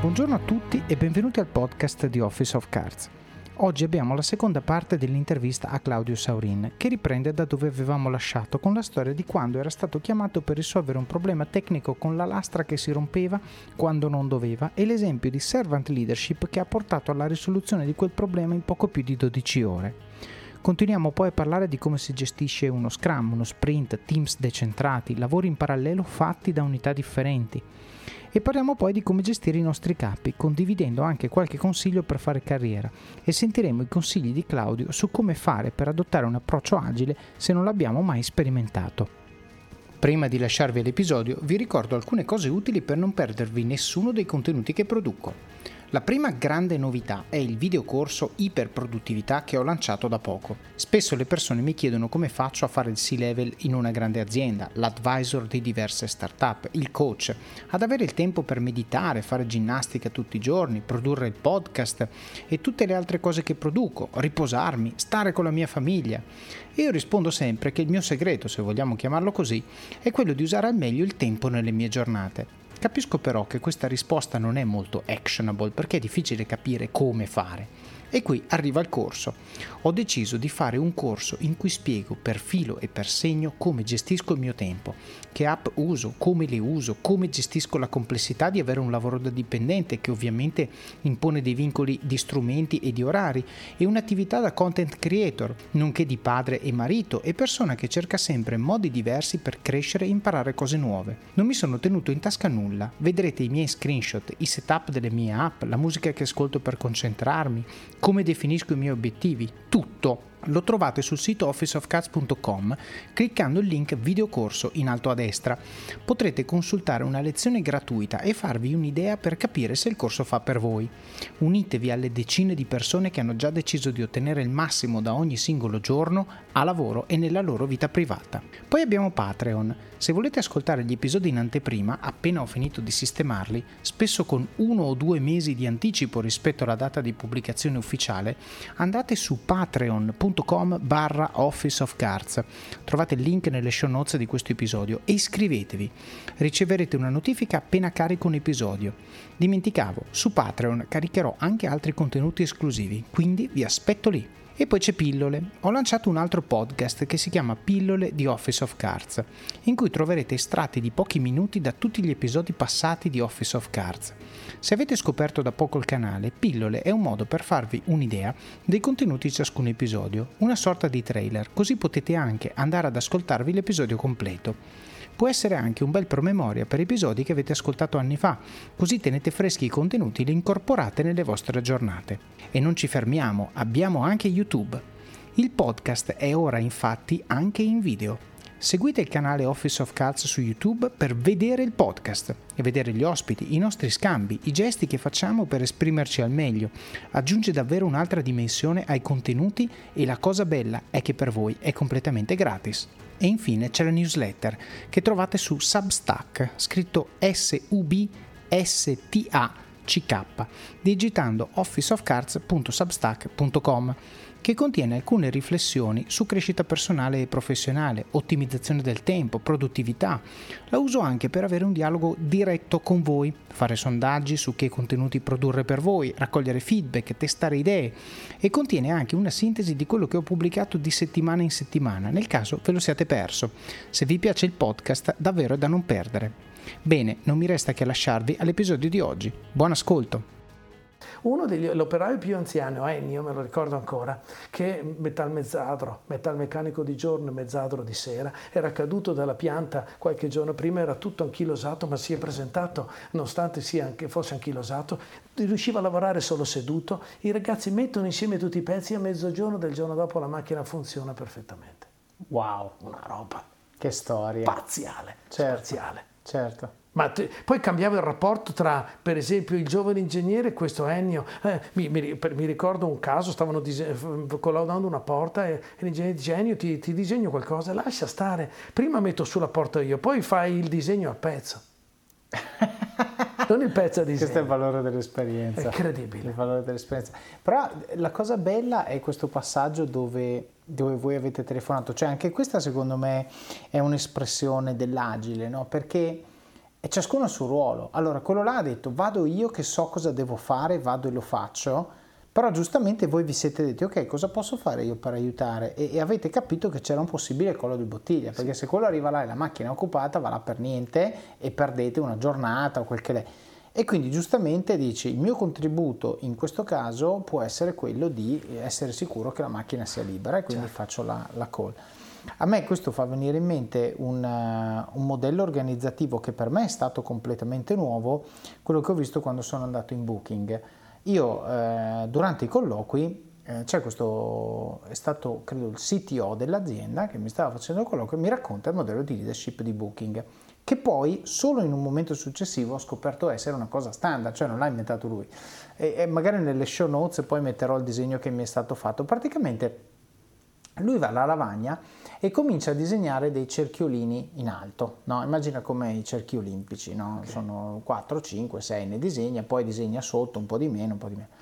Buongiorno a tutti e benvenuti al podcast di Office of Cards. Oggi abbiamo la seconda parte dell'intervista a Claudio Saurin, che riprende da dove avevamo lasciato con la storia di quando era stato chiamato per risolvere un problema tecnico con la lastra che si rompeva quando non doveva e l'esempio di servant leadership che ha portato alla risoluzione di quel problema in poco più di 12 ore. Continuiamo poi a parlare di come si gestisce uno Scrum, uno sprint, teams decentrati, lavori in parallelo fatti da unità differenti. E parliamo poi di come gestire i nostri capi, condividendo anche qualche consiglio per fare carriera, e sentiremo i consigli di Claudio su come fare per adottare un approccio agile se non l'abbiamo mai sperimentato. Prima di lasciarvi l'episodio, vi ricordo alcune cose utili per non perdervi nessuno dei contenuti che produco. La prima grande novità è il videocorso Iperproduttività che ho lanciato da poco. Spesso le persone mi chiedono come faccio a fare il C-level in una grande azienda, l'advisor di diverse startup, il coach, ad avere il tempo per meditare, fare ginnastica tutti i giorni, produrre il podcast e tutte le altre cose che produco, riposarmi, stare con la mia famiglia. E io rispondo sempre che il mio segreto, se vogliamo chiamarlo così, è quello di usare al meglio il tempo nelle mie giornate. Capisco però che questa risposta non è molto actionable perché è difficile capire come fare. E qui arriva il corso. Ho deciso di fare un corso in cui spiego per filo e per segno come gestisco il mio tempo, che app uso, come le uso, come gestisco la complessità di avere un lavoro da dipendente che ovviamente impone dei vincoli di strumenti e di orari e un'attività da content creator, nonché di padre e marito e persona che cerca sempre modi diversi per crescere e imparare cose nuove. Non mi sono tenuto in tasca nulla, vedrete i miei screenshot, i setup delle mie app, la musica che ascolto per concentrarmi, come definisco i miei obiettivi, tutto. Lo trovate sul sito officeofcards.com cliccando il link videocorso in alto a destra. Potrete consultare una lezione gratuita e farvi un'idea per capire se il corso fa per voi. Unitevi alle decine di persone che hanno già deciso di ottenere il massimo da ogni singolo giorno a lavoro e nella loro vita privata. Poi abbiamo Patreon. Se volete ascoltare gli episodi in anteprima, appena ho finito di sistemarli, spesso con 1 o 2 mesi di anticipo rispetto alla data di pubblicazione ufficiale, andate su patreon.com/Office of Cards. Trovate il link nelle show notes di questo episodio e iscrivetevi. Riceverete una notifica appena carico un episodio. Dimenticavo, su Patreon caricherò anche altri contenuti esclusivi, quindi vi aspetto lì. E poi c'è Pillole. Ho lanciato un altro podcast che si chiama Pillole di Office of Cards, in cui troverete estratti di pochi minuti da tutti gli episodi passati di Office of Cards. Se avete scoperto da poco il canale, Pillole è un modo per farvi un'idea dei contenuti di ciascun episodio, una sorta di trailer, così potete anche andare ad ascoltarvi l'episodio completo. Può essere anche un bel promemoria per episodi che avete ascoltato anni fa, così tenete freschi i contenuti e li incorporate nelle vostre giornate. E non ci fermiamo, abbiamo anche YouTube. Il podcast è ora infatti anche in video. Seguite il canale Office of Cards su YouTube per vedere il podcast e vedere gli ospiti, i nostri scambi, i gesti che facciamo per esprimerci al meglio. Aggiunge davvero un'altra dimensione ai contenuti e la cosa bella è che per voi è completamente gratis. E infine c'è la newsletter che trovate su Substack, scritto SUBSTACK, digitando officeofcards.substack.com, che contiene alcune riflessioni su crescita personale e professionale, ottimizzazione del tempo, produttività. La uso anche per avere un dialogo diretto con voi, fare sondaggi su che contenuti produrre per voi, raccogliere feedback, testare idee, e contiene anche una sintesi di quello che ho pubblicato di settimana in settimana, nel caso ve lo siate perso. Se vi piace il podcast, davvero è da non perdere. Bene, non mi resta che lasciarvi all'episodio di oggi. Buon ascolto! Uno degli operai più anziani, Ennio, me lo ricordo ancora, che metalmeccanico di giorno e mezzadro di sera, era caduto dalla pianta qualche giorno prima, era tutto anchilosato, ma si è presentato, nonostante fosse anchilosato, riusciva a lavorare solo seduto. I ragazzi mettono insieme tutti i pezzi e a mezzogiorno del giorno dopo la macchina funziona perfettamente. Wow! Una roba! Che storia! Spaziale! Certo, spaziale. Certo. Ma poi cambiava il rapporto tra, per esempio, il giovane ingegnere e questo Ennio. Mi ricordo un caso, stavano collaudando una porta e l'ingegnere dice: Ennio, ti disegno qualcosa? Lascia stare, prima metto sulla porta io, poi fai il disegno a pezzo. Non il pezzo a disegno. Questo è il valore dell'esperienza. È incredibile. Il valore dell'esperienza. Però la cosa bella è questo passaggio dove voi avete telefonato. Cioè anche questa secondo me è un'espressione dell'agile, no? Perché e ciascuno ha il suo ruolo. Allora quello là ha detto vado io che so cosa devo fare, vado e lo faccio, però giustamente voi vi siete detti ok, cosa posso fare io per aiutare, e avete capito che c'era un possibile collo di bottiglia, perché se quello arriva là e la macchina è occupata va là per niente e perdete una giornata o quel che è. E quindi giustamente dici il mio contributo in questo caso può essere quello di essere sicuro che la macchina sia libera, e quindi faccio la call. A me questo fa venire in mente un modello organizzativo che per me è stato completamente nuovo, quello che ho visto quando sono andato in Booking. Io durante i colloqui c'è questo, è stato credo il CTO dell'azienda che mi stava facendo il colloquio e mi racconta il modello di leadership di Booking, che poi solo in un momento successivo ho scoperto essere una cosa standard, cioè non l'ha inventato lui, e magari nelle show notes poi metterò il disegno che mi è stato fatto. Praticamente lui va alla lavagna e comincia a disegnare dei cerchiolini in alto, no? Immagina come i cerchi olimpici, no? Okay. Sono 4, 5, 6, ne disegna, poi disegna sotto un po' di meno,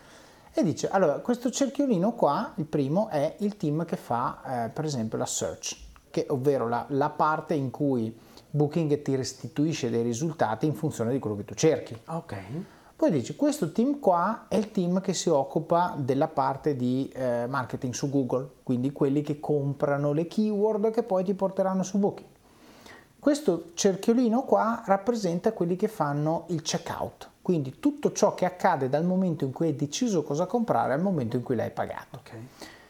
e dice, allora questo cerchiolino qua, il primo è il team che fa per esempio la search, che ovvero la parte in cui Booking ti restituisce dei risultati in funzione di quello che tu cerchi. Ok. Poi dici, questo team qua è il team che si occupa della parte di marketing su Google, quindi quelli che comprano le keyword che poi ti porteranno su Booking. Questo cerchiolino qua rappresenta quelli che fanno il checkout, quindi tutto ciò che accade dal momento in cui hai deciso cosa comprare al momento in cui l'hai pagato. Okay.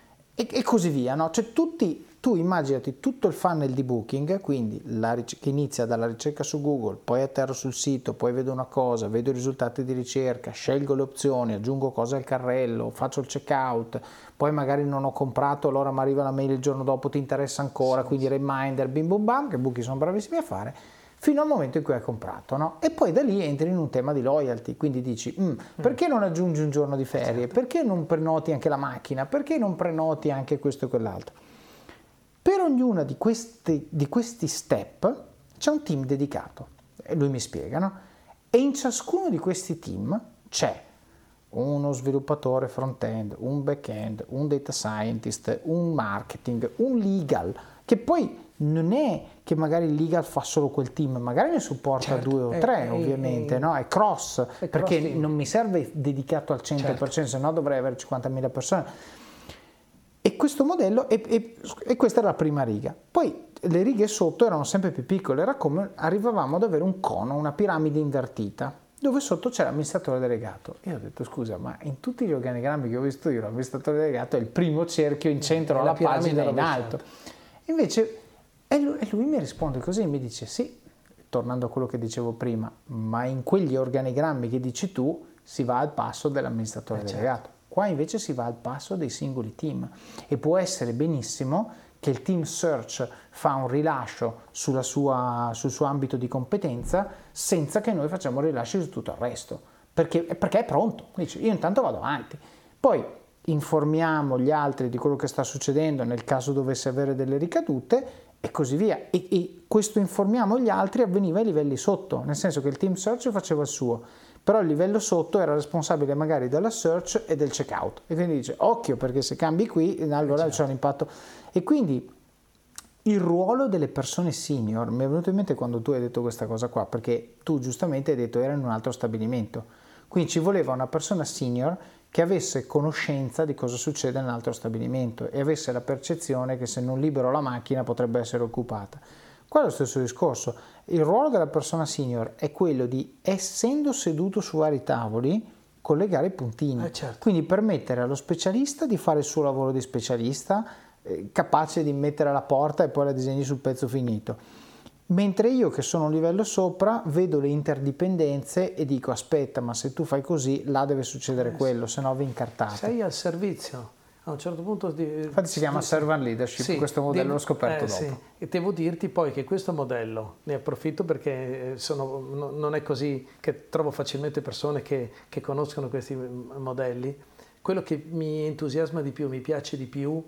E così via, no? Cioè tu immaginati tutto il funnel di Booking, quindi che inizia dalla ricerca su Google, poi atterro sul sito, poi vedo una cosa, vedo i risultati di ricerca, scelgo le opzioni, aggiungo cose al carrello, faccio il checkout, poi magari non ho comprato, allora mi arriva la mail il giorno dopo, ti interessa ancora, quindi reminder, bim bum bam, che Booking sono bravissimi a fare, fino al momento in cui hai comprato, no? E poi da lì entri in un tema di loyalty, quindi dici perché non aggiungi un giorno di ferie, perché non prenoti anche la macchina, perché non prenoti anche questo e quell'altro. Per ognuna di questi step c'è un team dedicato, e lui mi spiega, no? E in ciascuno di questi team c'è uno sviluppatore front-end, un back-end, un data scientist, un marketing, un legal, che poi non è che magari il legal fa solo quel team, magari ne supporta 2 o 3 ovviamente, no? È cross, perché non mi serve dedicato al 100%, se no dovrei avere 50.000 persone. E questo modello, e questa era la prima riga. Poi le righe sotto erano sempre più piccole, era come arrivavamo ad avere un cono, una piramide invertita, dove sotto c'era l'amministratore delegato. E io ho detto, scusa, ma in tutti gli organigrammi che ho visto io, l'amministratore delegato è il primo cerchio in centro alla pagina in alto. Invece, e lui mi risponde così, mi dice, sì, tornando a quello che dicevo prima, ma in quegli organigrammi che dici tu si va al passo dell'amministratore delegato. Qua invece si va al passo dei singoli team, e può essere benissimo che il team search fa un rilascio sul suo ambito di competenza senza che noi facciamo rilasci su tutto il resto, perché è pronto, dice io intanto vado avanti, poi informiamo gli altri di quello che sta succedendo nel caso dovesse avere delle ricadute e così via, e questo informiamo gli altri avveniva ai livelli sotto, nel senso che il team search faceva il suo, però il livello sotto era responsabile magari della search e del checkout, e quindi dice occhio, perché se cambi qui allora c'è un impatto. E quindi il ruolo delle persone senior mi è venuto in mente quando tu hai detto questa cosa qua, perché tu giustamente hai detto era in un altro stabilimento, quindi ci voleva una persona senior che avesse conoscenza di cosa succede nell'altro stabilimento e avesse la percezione che se non libero la macchina potrebbe essere occupata. Qua è lo stesso discorso, il ruolo della persona senior è quello di, essendo seduto su vari tavoli, collegare i puntini, quindi permettere allo specialista di fare il suo lavoro di specialista, capace di mettere alla porta e poi la disegni sul pezzo finito, mentre io che sono a un livello sopra vedo le interdipendenze e dico aspetta, ma se tu fai così là deve succedere quello, se no vi incartate. Sei al servizio. A un certo punto infatti si chiama servant leadership, questo modello l'ho scoperto dopo. Sì. E devo dirti poi che questo modello, ne approfitto perché non è così che trovo facilmente persone che conoscono questi modelli. Quello che mi entusiasma di più, mi piace di più,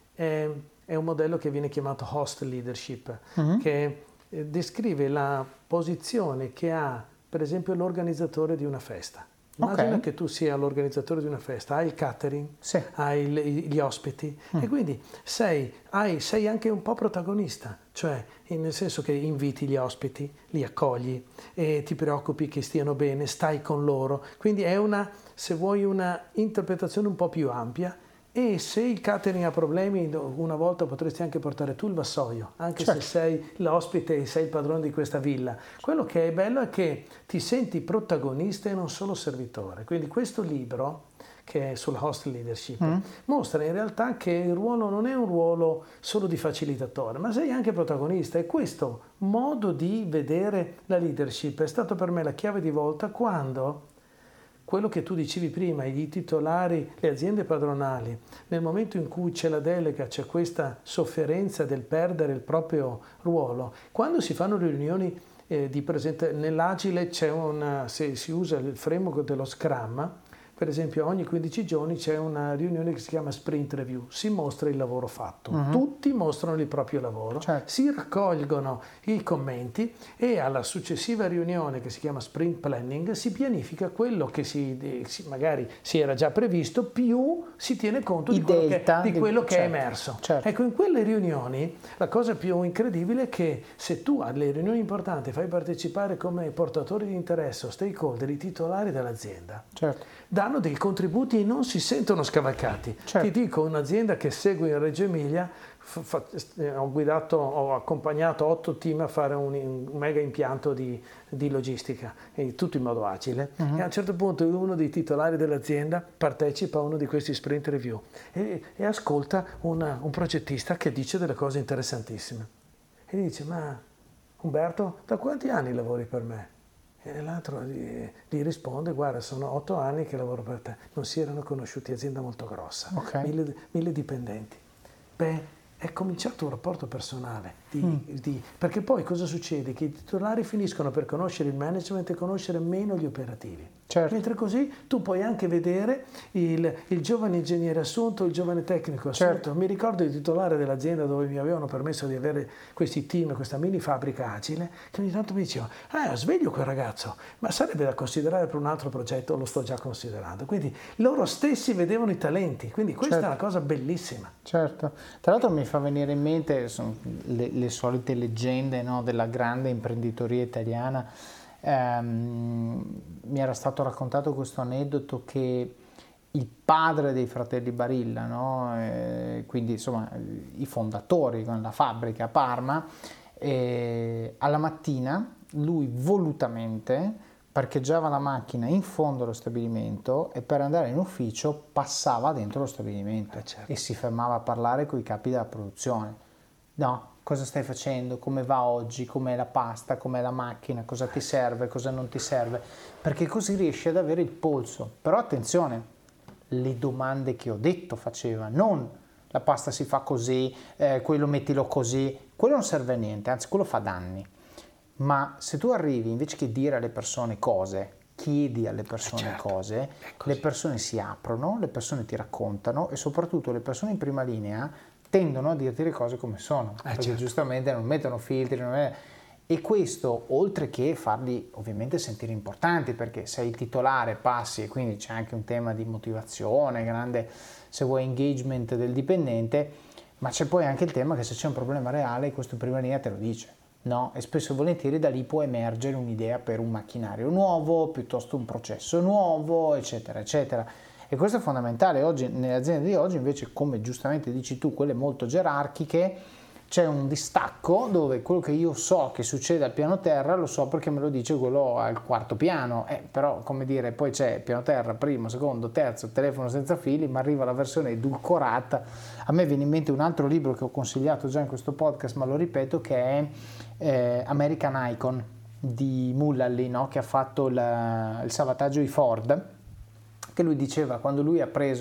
è un modello che viene chiamato host leadership, che descrive la posizione che ha per esempio l'organizzatore di una festa. Immagina che tu sia l'organizzatore di una festa, hai il catering, Sì. hai gli ospiti e quindi sei anche un po' protagonista, cioè nel senso che inviti gli ospiti, li accogli e ti preoccupi che stiano bene, stai con loro, quindi è se vuoi, una interpretazione un po' più ampia. E se il catering ha problemi, una volta potresti anche portare tu il vassoio, anche se sei l'ospite e sei il padrone di questa villa. Quello che è bello è che ti senti protagonista e non solo servitore. Quindi questo libro, che è sulla host leadership, mostra in realtà che il ruolo non è un ruolo solo di facilitatore, ma sei anche protagonista. E questo modo di vedere la leadership è stato per me la chiave di volta quando... Quello che tu dicevi prima, i titolari, le aziende padronali, nel momento in cui c'è la delega, c'è questa sofferenza del perdere il proprio ruolo. Quando si fanno riunioni nell'agile se si usa il framework dello Scrum, per esempio ogni 15 giorni c'è una riunione che si chiama sprint review, si mostra il lavoro fatto, tutti mostrano il proprio lavoro, si raccolgono i commenti e alla successiva riunione che si chiama sprint planning si pianifica quello che magari si era già previsto, più si tiene conto di quello che è emerso. Ecco, in quelle riunioni la cosa più incredibile è che se tu alle riunioni importanti fai partecipare come portatori di interesse o stakeholder i titolari dell'azienda, danno dei contributi e non si sentono scavalcati. Ti dico, un'azienda che segue in Reggio Emilia, ho accompagnato 8 team a fare un mega impianto di logistica, tutto in modo agile, e a un certo punto uno dei titolari dell'azienda partecipa a uno di questi sprint review e ascolta un progettista che dice delle cose interessantissime e gli dice: ma Umberto, da quanti anni lavori per me? E l'altro gli risponde: guarda, sono 8 anni che lavoro per te. Non si erano conosciuti, azienda molto grossa, 1000 dipendenti. Beh, è cominciato un rapporto personale, perché poi cosa succede? Che i titolari finiscono per conoscere il management e conoscere meno gli operativi. Mentre così tu puoi anche vedere il giovane ingegnere assunto, il giovane tecnico assunto. Mi ricordo il titolare dell'azienda dove mi avevano permesso di avere questi team, questa mini fabbrica agile, che ogni tanto mi diceva: sveglio quel ragazzo, ma sarebbe da considerare per un altro progetto, lo sto già considerando. Quindi loro stessi vedevano i talenti, quindi questa è una cosa bellissima. Tra l'altro mi fa venire in mente le solite leggende, no, della grande imprenditoria italiana. Mi era stato raccontato questo aneddoto che il padre dei fratelli Barilla, no, quindi insomma i fondatori con la fabbrica a Parma, alla mattina lui volutamente parcheggiava la macchina in fondo allo stabilimento e per andare in ufficio passava dentro lo stabilimento e si fermava a parlare con i capi della produzione. No, cosa stai facendo? Come va oggi? Com'è la pasta? Com'è la macchina? Cosa ti serve? Cosa non ti serve? Perché così riesci ad avere il polso. Però attenzione, le domande che ho detto faceva, non la pasta si fa così, quello mettilo così, quello non serve a niente, anzi quello fa danni. Ma se tu arrivi, invece che dire alle persone cose, chiedi alle persone cose, le persone si aprono, le persone ti raccontano e soprattutto le persone in prima linea tendono a dirti le cose come sono, perché giustamente non mettono filtri, e questo, oltre che farli ovviamente sentire importanti, perché sei il titolare, passi, e quindi c'è anche un tema di motivazione, grande, se vuoi, engagement del dipendente, ma c'è poi anche il tema che se c'è un problema reale, questo in prima linea te lo dice, no? E spesso e volentieri da lì può emergere un'idea per un macchinario nuovo, piuttosto un processo nuovo, eccetera, eccetera. E questo è fondamentale. Oggi, nelle aziende di oggi, invece, come giustamente dici tu, quelle molto gerarchiche, c'è un distacco dove quello che io so che succede al piano terra lo so perché me lo dice quello al quarto piano, però, come dire, poi c'è piano terra, primo, secondo, terzo, telefono senza fili, ma arriva la versione edulcorata. A me viene in mente un altro libro che ho consigliato già in questo podcast, ma lo ripeto, che è American Icon di Mullally, no? Che ha fatto il salvataggio di Ford, che lui diceva quando lui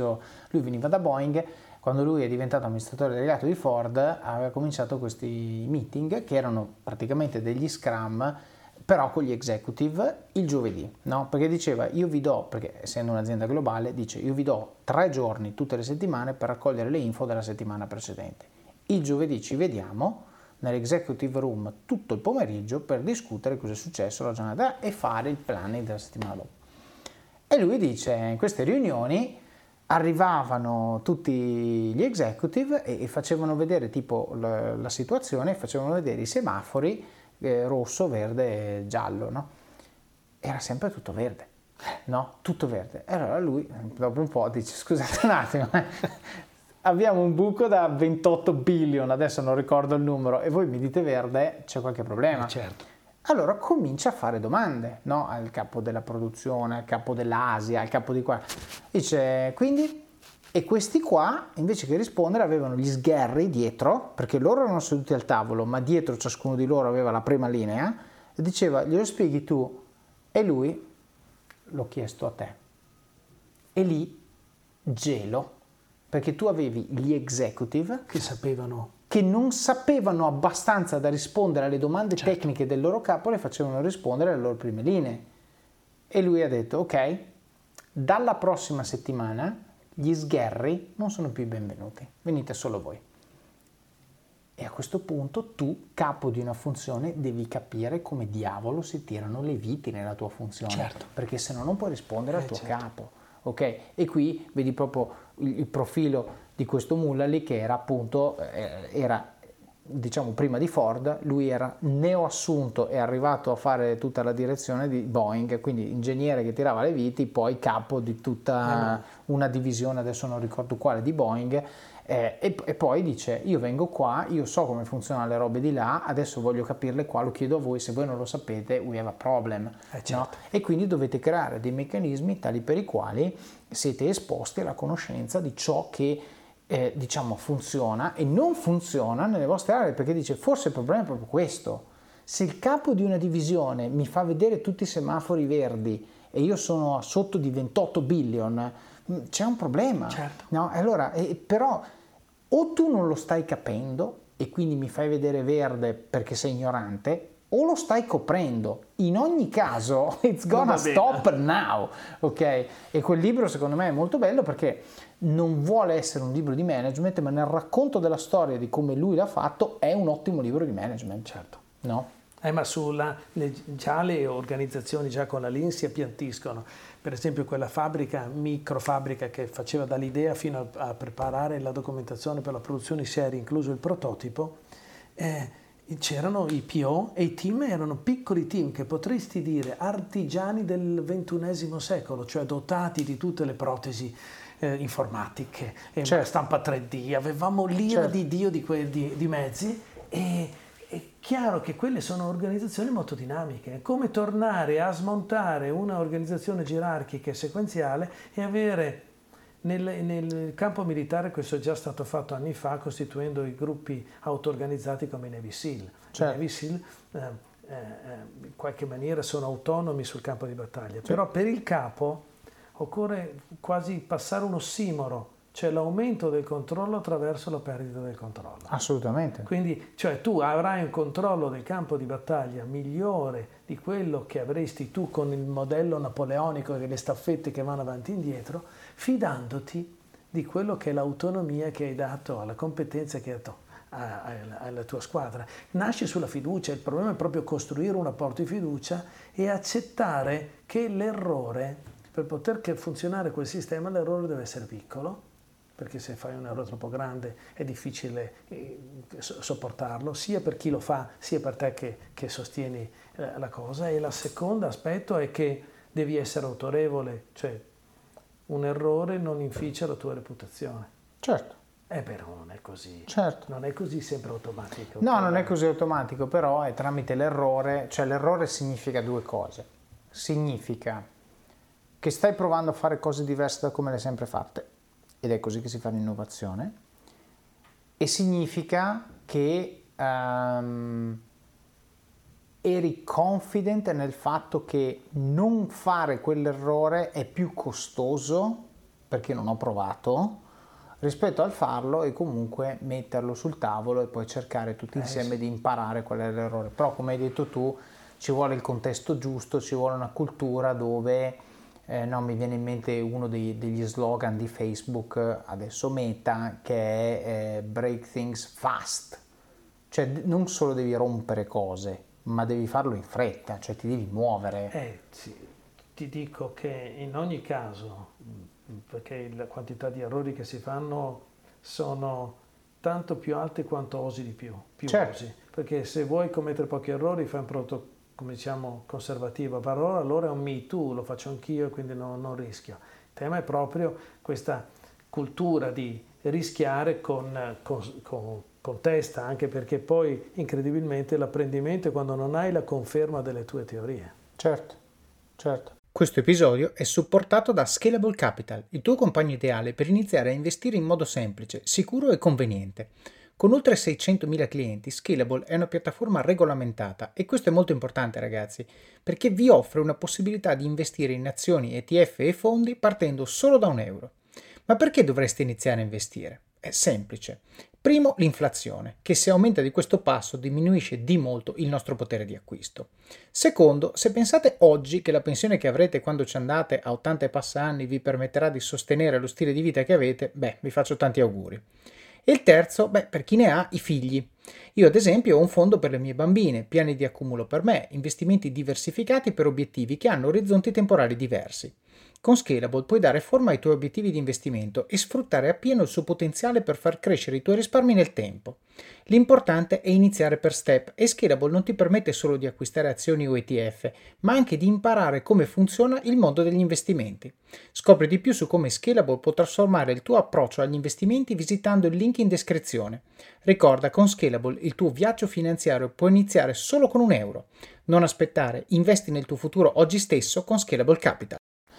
veniva da Boeing, quando lui è diventato amministratore delegato di Ford, aveva cominciato questi meeting che erano praticamente degli scrum, però con gli executive il giovedì, no? Perché diceva, perché essendo un'azienda globale, dice, io vi do 3 giorni tutte le settimane per raccogliere le info della settimana precedente. Il giovedì ci vediamo nell'executive room tutto il pomeriggio per discutere cosa è successo la giornata e fare il planning della settimana dopo. E lui dice, in queste riunioni arrivavano tutti gli executive e facevano vedere tipo la situazione, facevano vedere i semafori, rosso, verde, giallo, no? Era sempre tutto verde, no? Tutto verde. E allora lui, dopo un po', dice, scusate un attimo, abbiamo un buco da 28 billion, adesso non ricordo il numero, e voi mi dite verde, c'è qualche problema? Certo. Allora comincia a fare domande, no? Al capo della produzione, al capo dell'Asia, al capo di qua. Dice, quindi, e questi qua, invece che rispondere, avevano gli sgherri dietro, perché loro erano seduti al tavolo, ma dietro ciascuno di loro aveva la prima linea, e diceva, glielo spieghi tu, e lui, l'ho chiesto a te. E lì, gelo, perché tu avevi gli executive che non sapevano abbastanza da rispondere alle domande tecniche del loro capo, le facevano rispondere alle loro prime linee. E lui ha detto, ok, dalla prossima settimana gli sgherri non sono più benvenuti, venite solo voi. E a questo punto tu, capo di una funzione, devi capire come diavolo si tirano le viti nella tua funzione, perché se no non puoi rispondere al tuo capo. Ok? E qui vedi proprio il profilo di questo Mullally, che era appunto, diciamo prima di Ford, lui era neoassunto, è arrivato a fare tutta la direzione di Boeing, quindi ingegnere che tirava le viti, poi capo di tutta una divisione, adesso non ricordo quale, di Boeing, e poi dice, io vengo qua, io so come funzionano le robe di là, adesso voglio capirle qua, lo chiedo a voi, se voi non lo sapete, we have a problem. No? E quindi dovete creare dei meccanismi tali per i quali siete esposti alla conoscenza di ciò che diciamo funziona e non funziona nelle vostre aree, perché dice, forse il problema è proprio questo: se il capo di una divisione mi fa vedere tutti i semafori verdi e io sono sotto di 28 billion, c'è un problema. No? Allora, però o tu non lo stai capendo e quindi mi fai vedere verde perché sei ignorante, o lo stai coprendo. In ogni caso, it's gonna stop now, ok? E quel libro secondo me è molto bello perché non vuole essere un libro di management, ma nel racconto della storia di come lui l'ha fatto è un ottimo libro di management. Certo. No? Ma già le organizzazioni già con la Lean si appiattiscono. Per esempio quella microfabbrica che faceva dall'idea fino a preparare la documentazione per la produzione in serie, incluso il prototipo, c'erano i PO e i team erano piccoli team che potresti dire artigiani del XXI secolo, cioè dotati di tutte le protesi informatiche, stampa 3D, avevamo l'ira di Dio di mezzi, e è chiaro che quelle sono organizzazioni molto dinamiche. È come tornare a smontare una organizzazione gerarchica e sequenziale e avere nel campo militare, questo è già stato fatto anni fa, costituendo i gruppi auto-organizzati come i Navy SEAL. I Navy SEAL in qualche maniera sono autonomi sul campo di battaglia, però per il capo occorre quasi passare un ossimoro, cioè l'aumento del controllo attraverso la perdita del controllo. Assolutamente. Quindi, cioè, tu avrai un controllo del campo di battaglia migliore di quello che avresti tu con il modello napoleonico e le staffette che vanno avanti e indietro, fidandoti di quello che è l'autonomia che hai dato, alla competenza che hai dato alla tua squadra. Nasce sulla fiducia, il problema è proprio costruire un rapporto di fiducia e accettare che l'errore, per poter funzionare quel sistema, l'errore deve essere piccolo, perché se fai un errore troppo grande è difficile sopportarlo, sia per chi lo fa, sia per te che sostieni la cosa. E il secondo aspetto è che devi essere autorevole, cioè un errore non inficia la tua reputazione. Certo. Però non è così. Certo. Non è così sempre automatico. No, non è così automatico, però è tramite l'errore, cioè l'errore significa due cose. Significa che stai provando a fare cose diverse da come le hai sempre fatte, ed è così che si fa l'innovazione, e significa che eri confident nel fatto che non fare quell'errore è più costoso, perché non ho provato, rispetto al farlo e comunque metterlo sul tavolo e poi cercare tutti insieme di imparare qual è l'errore. Però come hai detto tu, ci vuole il contesto giusto, ci vuole una cultura dove... mi viene in mente uno degli slogan di Facebook, adesso Meta, che è break things fast, cioè non solo devi rompere cose, ma devi farlo in fretta, cioè ti devi muovere. Sì. ti dico che in ogni caso, perché la quantità di errori che si fanno sono tanto più alte quanto osi di più Certo. osi, perché se vuoi commettere pochi errori fai un prodotto, come diciamo, conservativo, allora è un me too, lo faccio anch'io e quindi non rischio. Il tema è proprio questa cultura di rischiare con testa, anche perché poi incredibilmente l'apprendimento è quando non hai la conferma delle tue teorie. Certo, certo. Questo episodio è supportato da Scalable Capital, il tuo compagno ideale per iniziare a investire in modo semplice, sicuro e conveniente. Con oltre 600.000 clienti, Scalable è una piattaforma regolamentata e questo è molto importante, ragazzi, perché vi offre una possibilità di investire in azioni, ETF e fondi partendo solo da €1. Ma perché dovreste iniziare a investire? È semplice. Primo, l'inflazione, che se aumenta di questo passo diminuisce di molto il nostro potere di acquisto. Secondo, se pensate oggi che la pensione che avrete quando ci andate a 80 e passa anni vi permetterà di sostenere lo stile di vita che avete, vi faccio tanti auguri. E il terzo, per chi ne ha, i figli. Io ad esempio ho un fondo per le mie bambine, piani di accumulo per me, investimenti diversificati per obiettivi che hanno orizzonti temporali diversi. Con Scalable puoi dare forma ai tuoi obiettivi di investimento e sfruttare appieno il suo potenziale per far crescere i tuoi risparmi nel tempo. L'importante è iniziare per step e Scalable non ti permette solo di acquistare azioni o ETF, ma anche di imparare come funziona il mondo degli investimenti. Scopri di più su come Scalable può trasformare il tuo approccio agli investimenti visitando il link in descrizione. Ricorda, con Scalable il tuo viaggio finanziario può iniziare solo con €1. Non aspettare, investi nel tuo futuro oggi stesso con Scalable Capital.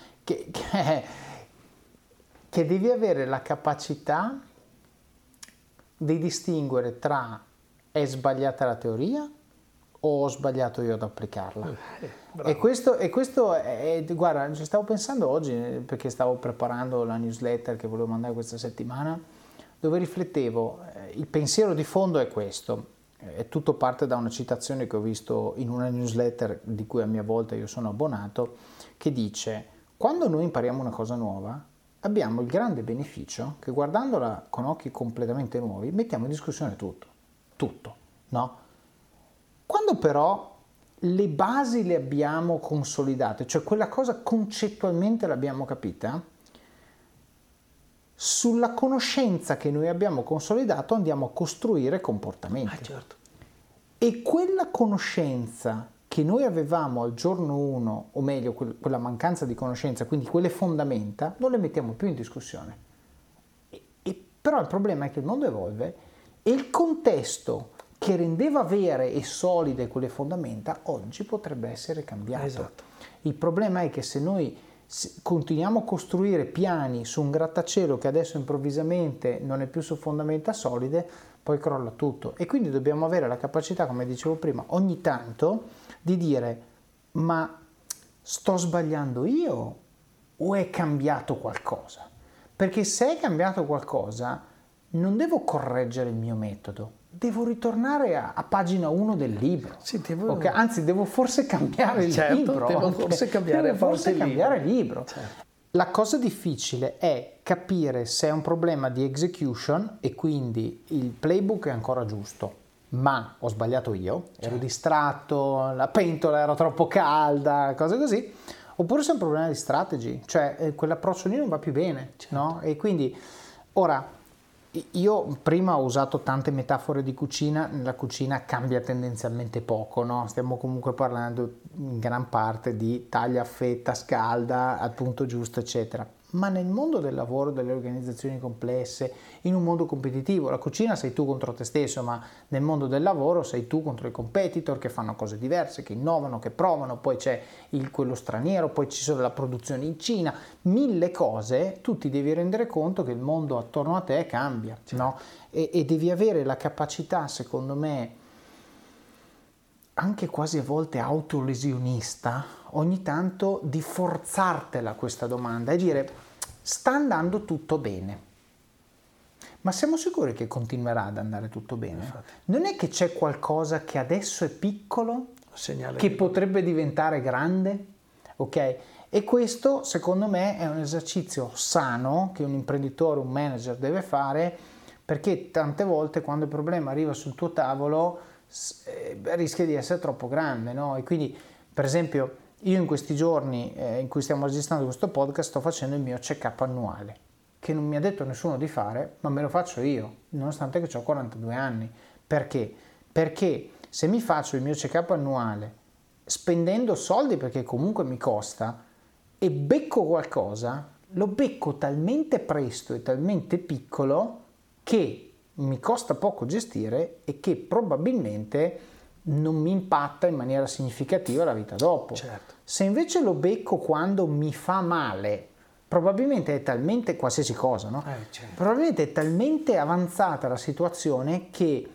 Che devi avere la capacità di distinguere tra è sbagliata la teoria o ho sbagliato io ad applicarla. E questo è, guarda, ci stavo pensando oggi perché stavo preparando la newsletter che volevo mandare questa settimana, dove riflettevo, il pensiero di fondo è questo, è tutto parte da una citazione che ho visto in una newsletter di cui a mia volta io sono abbonato, che dice: quando noi impariamo una cosa nuova, abbiamo il grande beneficio che guardandola con occhi completamente nuovi, mettiamo in discussione tutto, no? Quando però le basi le abbiamo consolidate, cioè quella cosa concettualmente l'abbiamo capita, sulla conoscenza che noi abbiamo consolidato andiamo a costruire comportamenti. Certo. E quella conoscenza che noi avevamo al giorno 1, o meglio quella mancanza di conoscenza, quindi quelle fondamenta, non le mettiamo più in discussione. Però il problema è che il mondo evolve e il contesto che rendeva vere e solide quelle fondamenta oggi potrebbe essere cambiato. Esatto. Il problema è che se noi continuiamo a costruire piani su un grattacielo che adesso improvvisamente non è più su fondamenta solide, poi crolla tutto. E quindi dobbiamo avere la capacità, come dicevo prima, ogni tanto di dire: ma sto sbagliando io o è cambiato qualcosa? Perché se è cambiato qualcosa non devo correggere il mio metodo, devo ritornare a pagina 1 del libro. Sì, Okay? Anzi, devo forse cambiare il libro. Devo forse cambiare il libro. Certo. La cosa difficile è capire se è un problema di execution e quindi il playbook è ancora giusto, ma ho sbagliato io, ero distratto, la pentola era troppo calda, cose così, oppure se è un problema di strategy, cioè quell'approccio lì non va più bene, no? E quindi ora io prima ho usato tante metafore di cucina, nella cucina cambia tendenzialmente poco, no? Stiamo comunque parlando in gran parte di taglia a fetta, scalda al punto giusto, eccetera. Ma nel mondo del lavoro, delle organizzazioni complesse, in un mondo competitivo, la cucina sei tu contro te stesso, ma nel mondo del lavoro sei tu contro i competitor che fanno cose diverse, che innovano, che provano, poi c'è quello straniero, poi ci sono la produzione in Cina, 1000 cose, tu ti devi rendere conto che il mondo attorno a te cambia, no? E devi avere la capacità, secondo me, anche quasi a volte autolesionista, ogni tanto di forzartela questa domanda e dire: sta andando tutto bene, ma siamo sicuri che continuerà ad andare tutto bene? Infatti. Non è che c'è qualcosa che adesso è piccolo che potrebbe diventare grande? Ok? E questo secondo me è un esercizio sano che un imprenditore, un manager deve fare, perché tante volte quando il problema arriva sul tuo tavolo rischia di essere troppo grande, no? E quindi, per esempio, Io in questi giorni in cui stiamo registrando questo podcast sto facendo il mio check-up annuale, che non mi ha detto nessuno di fare, ma me lo faccio io, nonostante che ho 42 anni. Perché? Perché se mi faccio il mio check-up annuale spendendo soldi, perché comunque mi costa, e becco qualcosa, lo becco talmente presto e talmente piccolo che mi costa poco gestire e che probabilmente non mi impatta in maniera significativa la vita dopo. Certo. Se invece lo becco quando mi fa male, probabilmente è talmente, qualsiasi cosa, no? Certo. Probabilmente è talmente avanzata la situazione che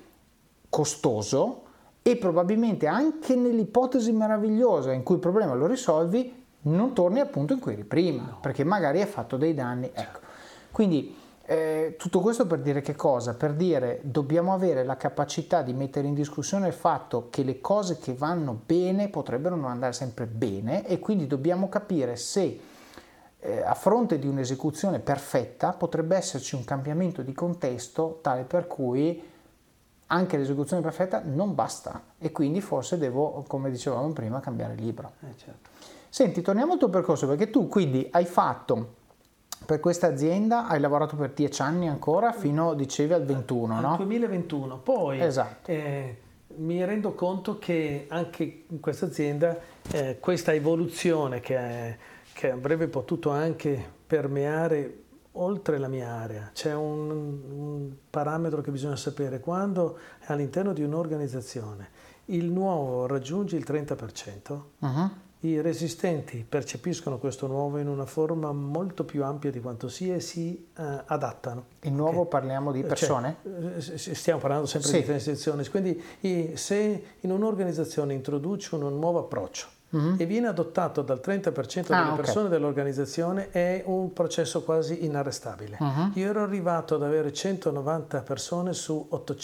costoso, e probabilmente anche nell'ipotesi meravigliosa in cui il problema lo risolvi, non torni al punto in cui eri prima, perché magari hai fatto dei danni. Ecco. Quindi tutto questo per dire che cosa? Per dire dobbiamo avere la capacità di mettere in discussione il fatto che le cose che vanno bene potrebbero non andare sempre bene, e quindi dobbiamo capire se a fronte di un'esecuzione perfetta potrebbe esserci un cambiamento di contesto tale per cui anche l'esecuzione perfetta non basta, e quindi forse devo, come dicevamo prima, cambiare libro. Certo. Senti, torniamo al tuo percorso, perché tu quindi hai fatto per questa azienda, hai lavorato per 10 anni ancora, fino, dicevi, al 21, no? Al 2021. Poi Esatto. mi rendo conto che anche in questa azienda questa evoluzione che avrebbe potuto anche permeare oltre la mia area. C'è un parametro che bisogna sapere: quando all'interno di un'organizzazione il nuovo raggiunge il 30%, i resistenti percepiscono questo nuovo in una forma molto più ampia di quanto sia e si adattano. Il nuovo parliamo di persone? Stiamo parlando sempre di transizioni. Quindi se in un'organizzazione introduci un nuovo approccio e viene adottato dal 30% delle persone dell'organizzazione, è un processo quasi inarrestabile. Io ero arrivato ad avere 190 persone su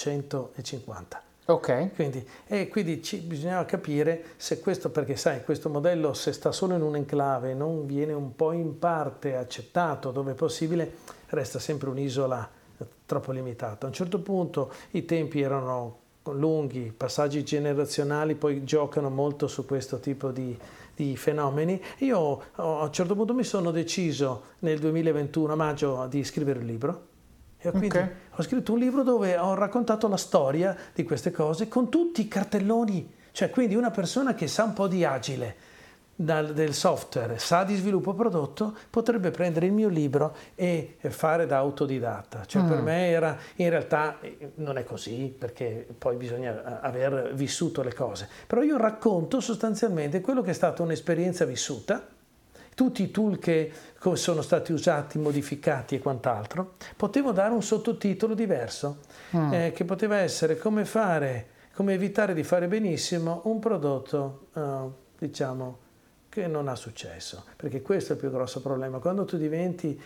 850. Quindi bisognava capire se questo, perché sai, questo modello, se sta solo in un'enclave, non viene un po' in parte accettato dove è possibile, resta sempre un'isola troppo limitata. A un certo punto i tempi erano lunghi, passaggi generazionali poi giocano molto su questo tipo di fenomeni. Io a un certo punto mi sono deciso nel 2021, a maggio, di scrivere un libro. E quindi ho scritto un libro dove ho raccontato la storia di queste cose con tutti i cartelloni. Cioè, quindi una persona che sa un po' di agile del software, sa di sviluppo prodotto, potrebbe prendere il mio libro e fare da autodidatta. Cioè, per me era, in realtà non è così, perché poi bisogna aver vissuto le cose. Però io racconto sostanzialmente quello che è stata un'esperienza vissuta, tutti i tool che sono stati usati, modificati e quant'altro. Potevo dare un sottotitolo diverso, che poteva essere come evitare di fare benissimo un prodotto, diciamo, che non ha successo. Perché questo è il più grosso problema. Quando tu diventi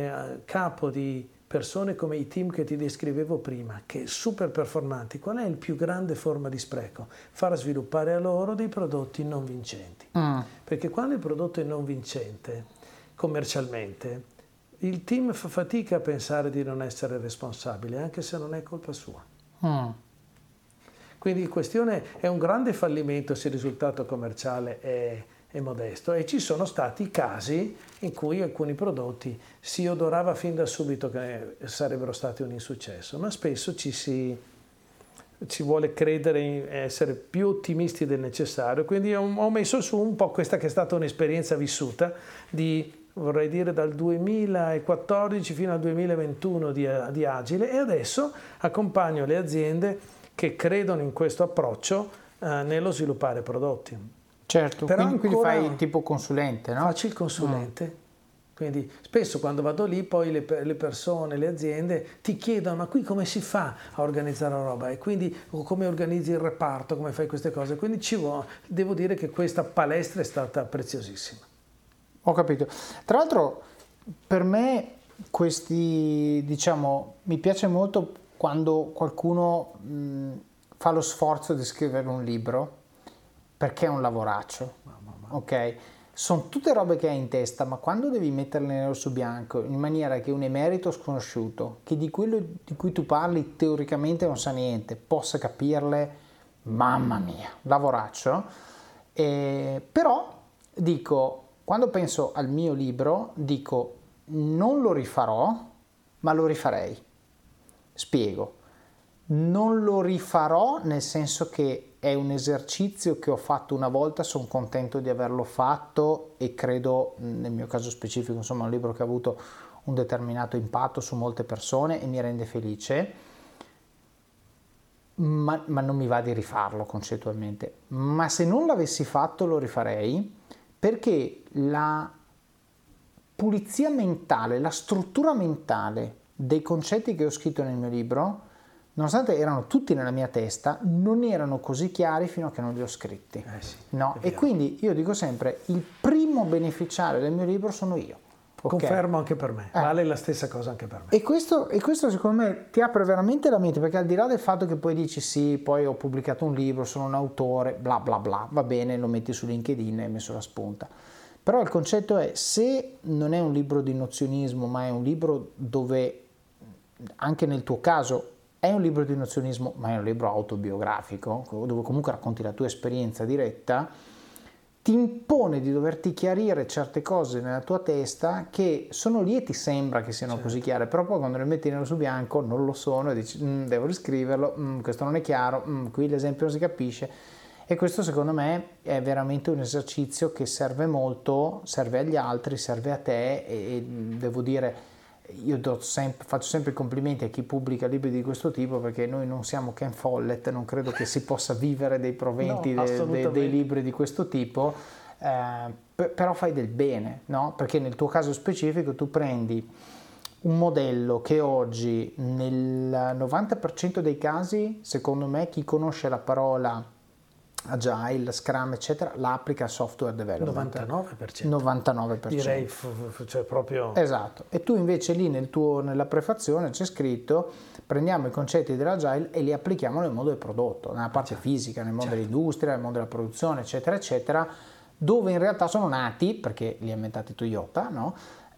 capo di persone come i team che ti descrivevo prima, che super performanti, qual è il più grande forma di spreco? Far sviluppare a loro dei prodotti non vincenti. Perché quando il prodotto è non vincente commercialmente, il team fa fatica a pensare di non essere responsabile, anche se non è colpa sua. Quindi la questione è un grande fallimento se il risultato commerciale è modesto, e ci sono stati casi in cui alcuni prodotti si odorava fin da subito che sarebbero stati un insuccesso, ma spesso ci vuole credere, essere più ottimisti del necessario. Quindi ho messo su un po' questa che è stata un'esperienza vissuta vorrei dire dal 2014 fino al 2021 di Agile, e adesso accompagno le aziende che credono in questo approccio nello sviluppare prodotti. Certo, però quindi fai tipo consulente, no? Faccio il consulente. Quindi spesso quando vado lì poi le persone, le aziende ti chiedono: ma qui come si fa a organizzare la roba? E quindi come organizzi il reparto, come fai queste cose? Quindi devo dire che questa palestra è stata preziosissima. Ho capito. Tra l'altro per me mi piace molto quando qualcuno fa lo sforzo di scrivere un libro, perché è un lavoraccio, ok? Sono tutte robe che hai in testa, ma quando devi metterle nero su bianco in maniera che un emerito sconosciuto, che di quello di cui tu parli teoricamente non sa niente, possa capirle, mamma mia, lavoraccio. Però dico, quando penso al mio libro, dico non lo rifarò, ma lo rifarei. Spiego. Non lo rifarò nel senso che è un esercizio che ho fatto una volta, sono contento di averlo fatto e credo, nel mio caso specifico, insomma, è un libro che ha avuto un determinato impatto su molte persone e mi rende felice, ma non mi va di rifarlo concettualmente. Ma se non l'avessi fatto lo rifarei, perché la pulizia mentale, la struttura mentale dei concetti che ho scritto nel mio libro, nonostante erano tutti nella mia testa, non erano così chiari fino a che non li ho scritti. Sì, no? E quindi io dico sempre, il primo beneficiario del mio libro sono io. Okay? Confermo anche per me, vale la stessa cosa anche per me. E questo secondo me ti apre veramente la mente, perché al di là del fatto che poi dici sì, poi ho pubblicato un libro, sono un autore, bla bla bla, va bene, lo metti su LinkedIn e hai messo la spunta. Però il concetto è, se non è un libro di nozionismo, ma è un libro dove, anche nel tuo caso, è un libro di nozionismo, ma è un libro autobiografico, dove comunque racconti la tua esperienza diretta, ti impone di doverti chiarire certe cose nella tua testa che sono lì e ti sembra che siano così chiare, però poi quando le metti nero su bianco non lo sono e dici devo riscriverlo, questo non è chiaro, qui l'esempio non si capisce. E questo secondo me è veramente un esercizio che serve molto, serve agli altri, serve a te e devo dire, io faccio sempre i complimenti a chi pubblica libri di questo tipo, perché noi non siamo Ken Follett, non credo che si possa vivere dei proventi dei libri di questo tipo, però fai del bene, no? Perché nel tuo caso specifico tu prendi un modello che oggi nel 90% dei casi, secondo me, chi conosce la parola Agile, Scrum, eccetera, la applica al software development. 99%. Direi, cioè proprio... Esatto. E tu invece lì nella prefazione c'è scritto prendiamo i concetti dell'Agile e li applichiamo nel mondo del prodotto, nella parte fisica, nel mondo dell'industria, nel mondo della produzione, eccetera, eccetera, dove in realtà sono nati, perché li ha inventati Toyota, no?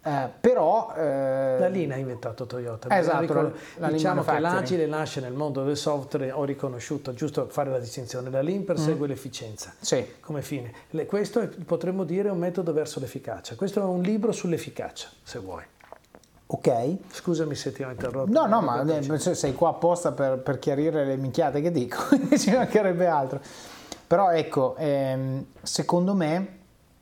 Però la Lean ha inventato Toyota. Esatto, diciamo che l'agile nasce nel mondo del software, ho riconosciuto, giusto fare la distinzione, la Lean persegue l'efficienza come fine. Questo potremmo dire un metodo verso l'efficacia. Questo è un libro sull'efficacia, se vuoi. Ok. Scusami se ti ho interrotto. No, ma sei qua apposta per chiarire le minchiate che dico, ci mancherebbe altro. Però ecco, secondo me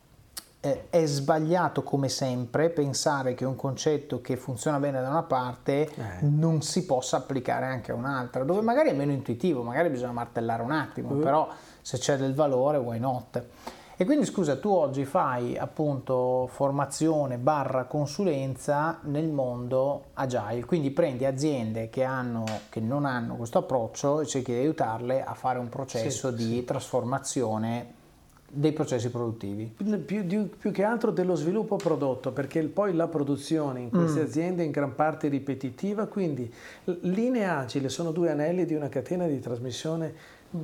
è sbagliato come sempre pensare che un concetto che funziona bene da una parte non si possa applicare anche a un'altra, dove magari è meno intuitivo, magari bisogna martellare un attimo, però se c'è del valore, why not? E quindi scusa, tu oggi fai appunto formazione / consulenza nel mondo Agile, quindi prendi aziende che non hanno questo approccio e cerchi di aiutarle a fare un processo di trasformazione dei processi produttivi. Più che altro dello sviluppo prodotto, perché poi la produzione in queste aziende è in gran parte ripetitiva, quindi linee agile sono due anelli di una catena di trasmissione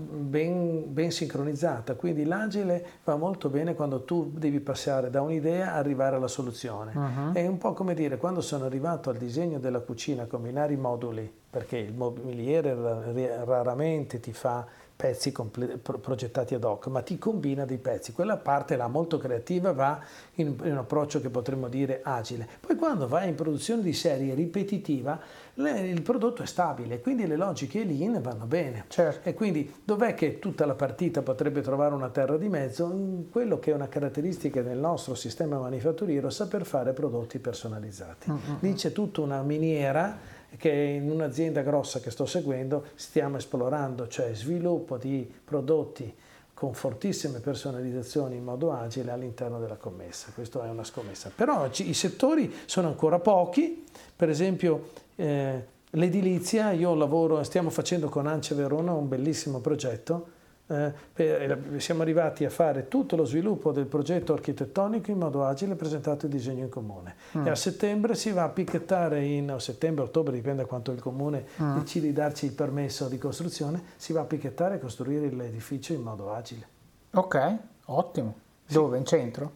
ben sincronizzata, quindi l'agile va molto bene quando tu devi passare da un'idea a arrivare alla soluzione. È un po' come dire, quando sono arrivato al disegno della cucina con binari moduli, perché il mobiliere raramente ti fa pezzi progettati ad hoc, ma ti combina dei pezzi. Quella parte là molto creativa va in un approccio che potremmo dire agile. Poi quando vai in produzione di serie ripetitiva, il prodotto è stabile, quindi le logiche lean vanno bene. Certo. E quindi dov'è che tutta la partita potrebbe trovare una terra di mezzo? Quello che è una caratteristica del nostro sistema manifatturiero, saper fare prodotti personalizzati. Lì c'è tutta una miniera che in un'azienda grossa che sto seguendo stiamo esplorando, cioè sviluppo di prodotti con fortissime personalizzazioni in modo agile all'interno della commessa. Questa è una scommessa. Però i settori sono ancora pochi, per esempio l'edilizia, stiamo facendo con Ance Verona un bellissimo progetto, siamo arrivati a fare tutto lo sviluppo del progetto architettonico in modo agile, presentato il disegno in comune e a settembre si va a picchettare ottobre, dipende da quanto il comune decide di darci il permesso di costruzione, si va a picchettare e costruire l'edificio in modo agile. Ok, ottimo. Dove? In centro?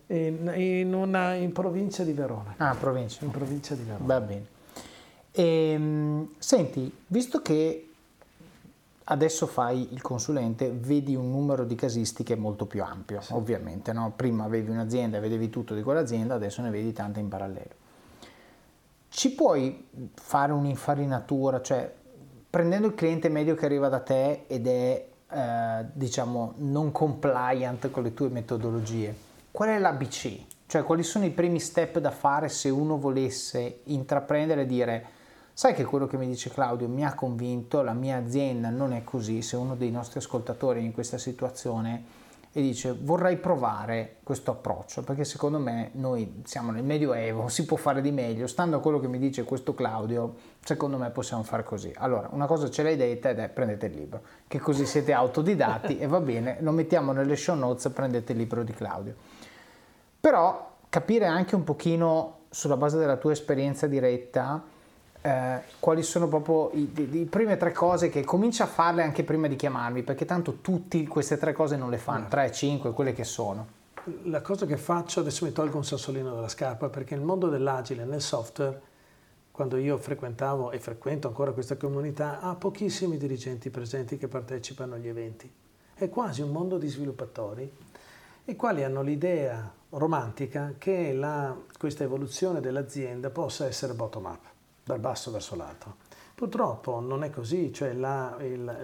In provincia di Verona. Provincia. In provincia di Verona. Va bene. Senti, visto che adesso fai il consulente, vedi un numero di casistiche molto più ampio, sì, ovviamente, no? Prima avevi un'azienda, vedevi tutto di quell'azienda, adesso ne vedi tante in parallelo. Ci puoi fare un'infarinatura, cioè prendendo il cliente medio che arriva da te ed è diciamo non compliant con le tue metodologie, qual è l'ABC? Cioè quali sono i primi step da fare se uno volesse intraprendere e dire: sai che quello che mi dice Claudio mi ha convinto, la mia azienda non è così, se uno dei nostri ascoltatori è in questa situazione e dice vorrei provare questo approccio, perché secondo me noi siamo nel Medioevo, si può fare di meglio, stando a quello che mi dice questo Claudio, secondo me possiamo fare così. Allora, una cosa ce l'hai detta ed è: prendete il libro, che così siete autodidatti e va bene, lo mettiamo nelle show notes, prendete il libro di Claudio. Però capire anche un pochino, sulla base della tua esperienza diretta, quali sono proprio i prime 3 cose che comincia a farle anche prima di chiamarmi, perché tanto tutti queste 3 cose non le fanno, 3, 5, quelle che sono. La cosa che faccio, adesso mi tolgo un sassolino dalla scarpa, perché nel mondo dell'agile, nel software, quando io frequentavo e frequento ancora questa comunità, ha pochissimi dirigenti presenti che partecipano agli eventi. È quasi un mondo di sviluppatori, i quali hanno l'idea romantica che questa evoluzione dell'azienda possa essere bottom up, dal basso verso l'alto. Purtroppo non è così, cioè la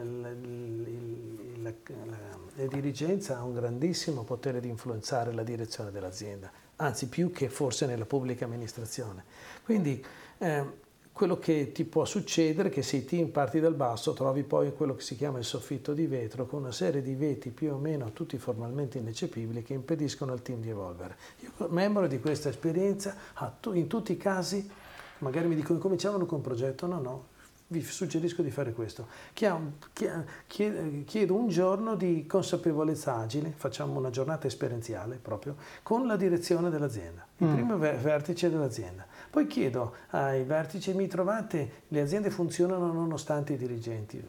dirigenza ha un grandissimo potere di influenzare la direzione dell'azienda, anzi più che forse nella pubblica amministrazione. Quindi quello che ti può succedere è che se i team parti dal basso trovi poi quello che si chiama il soffitto di vetro, con una serie di veti più o meno tutti formalmente ineccepibili che impediscono al team di evolvere. Io, membro di questa esperienza, in tutti i casi, magari mi dicono cominciavano con un progetto, no, vi suggerisco di fare questo. Chiedo un giorno di consapevolezza agile, facciamo una giornata esperienziale proprio, con la direzione dell'azienda, il primo vertice dell'azienda. Poi chiedo ai vertici: mi trovate, le aziende funzionano nonostante i dirigenti,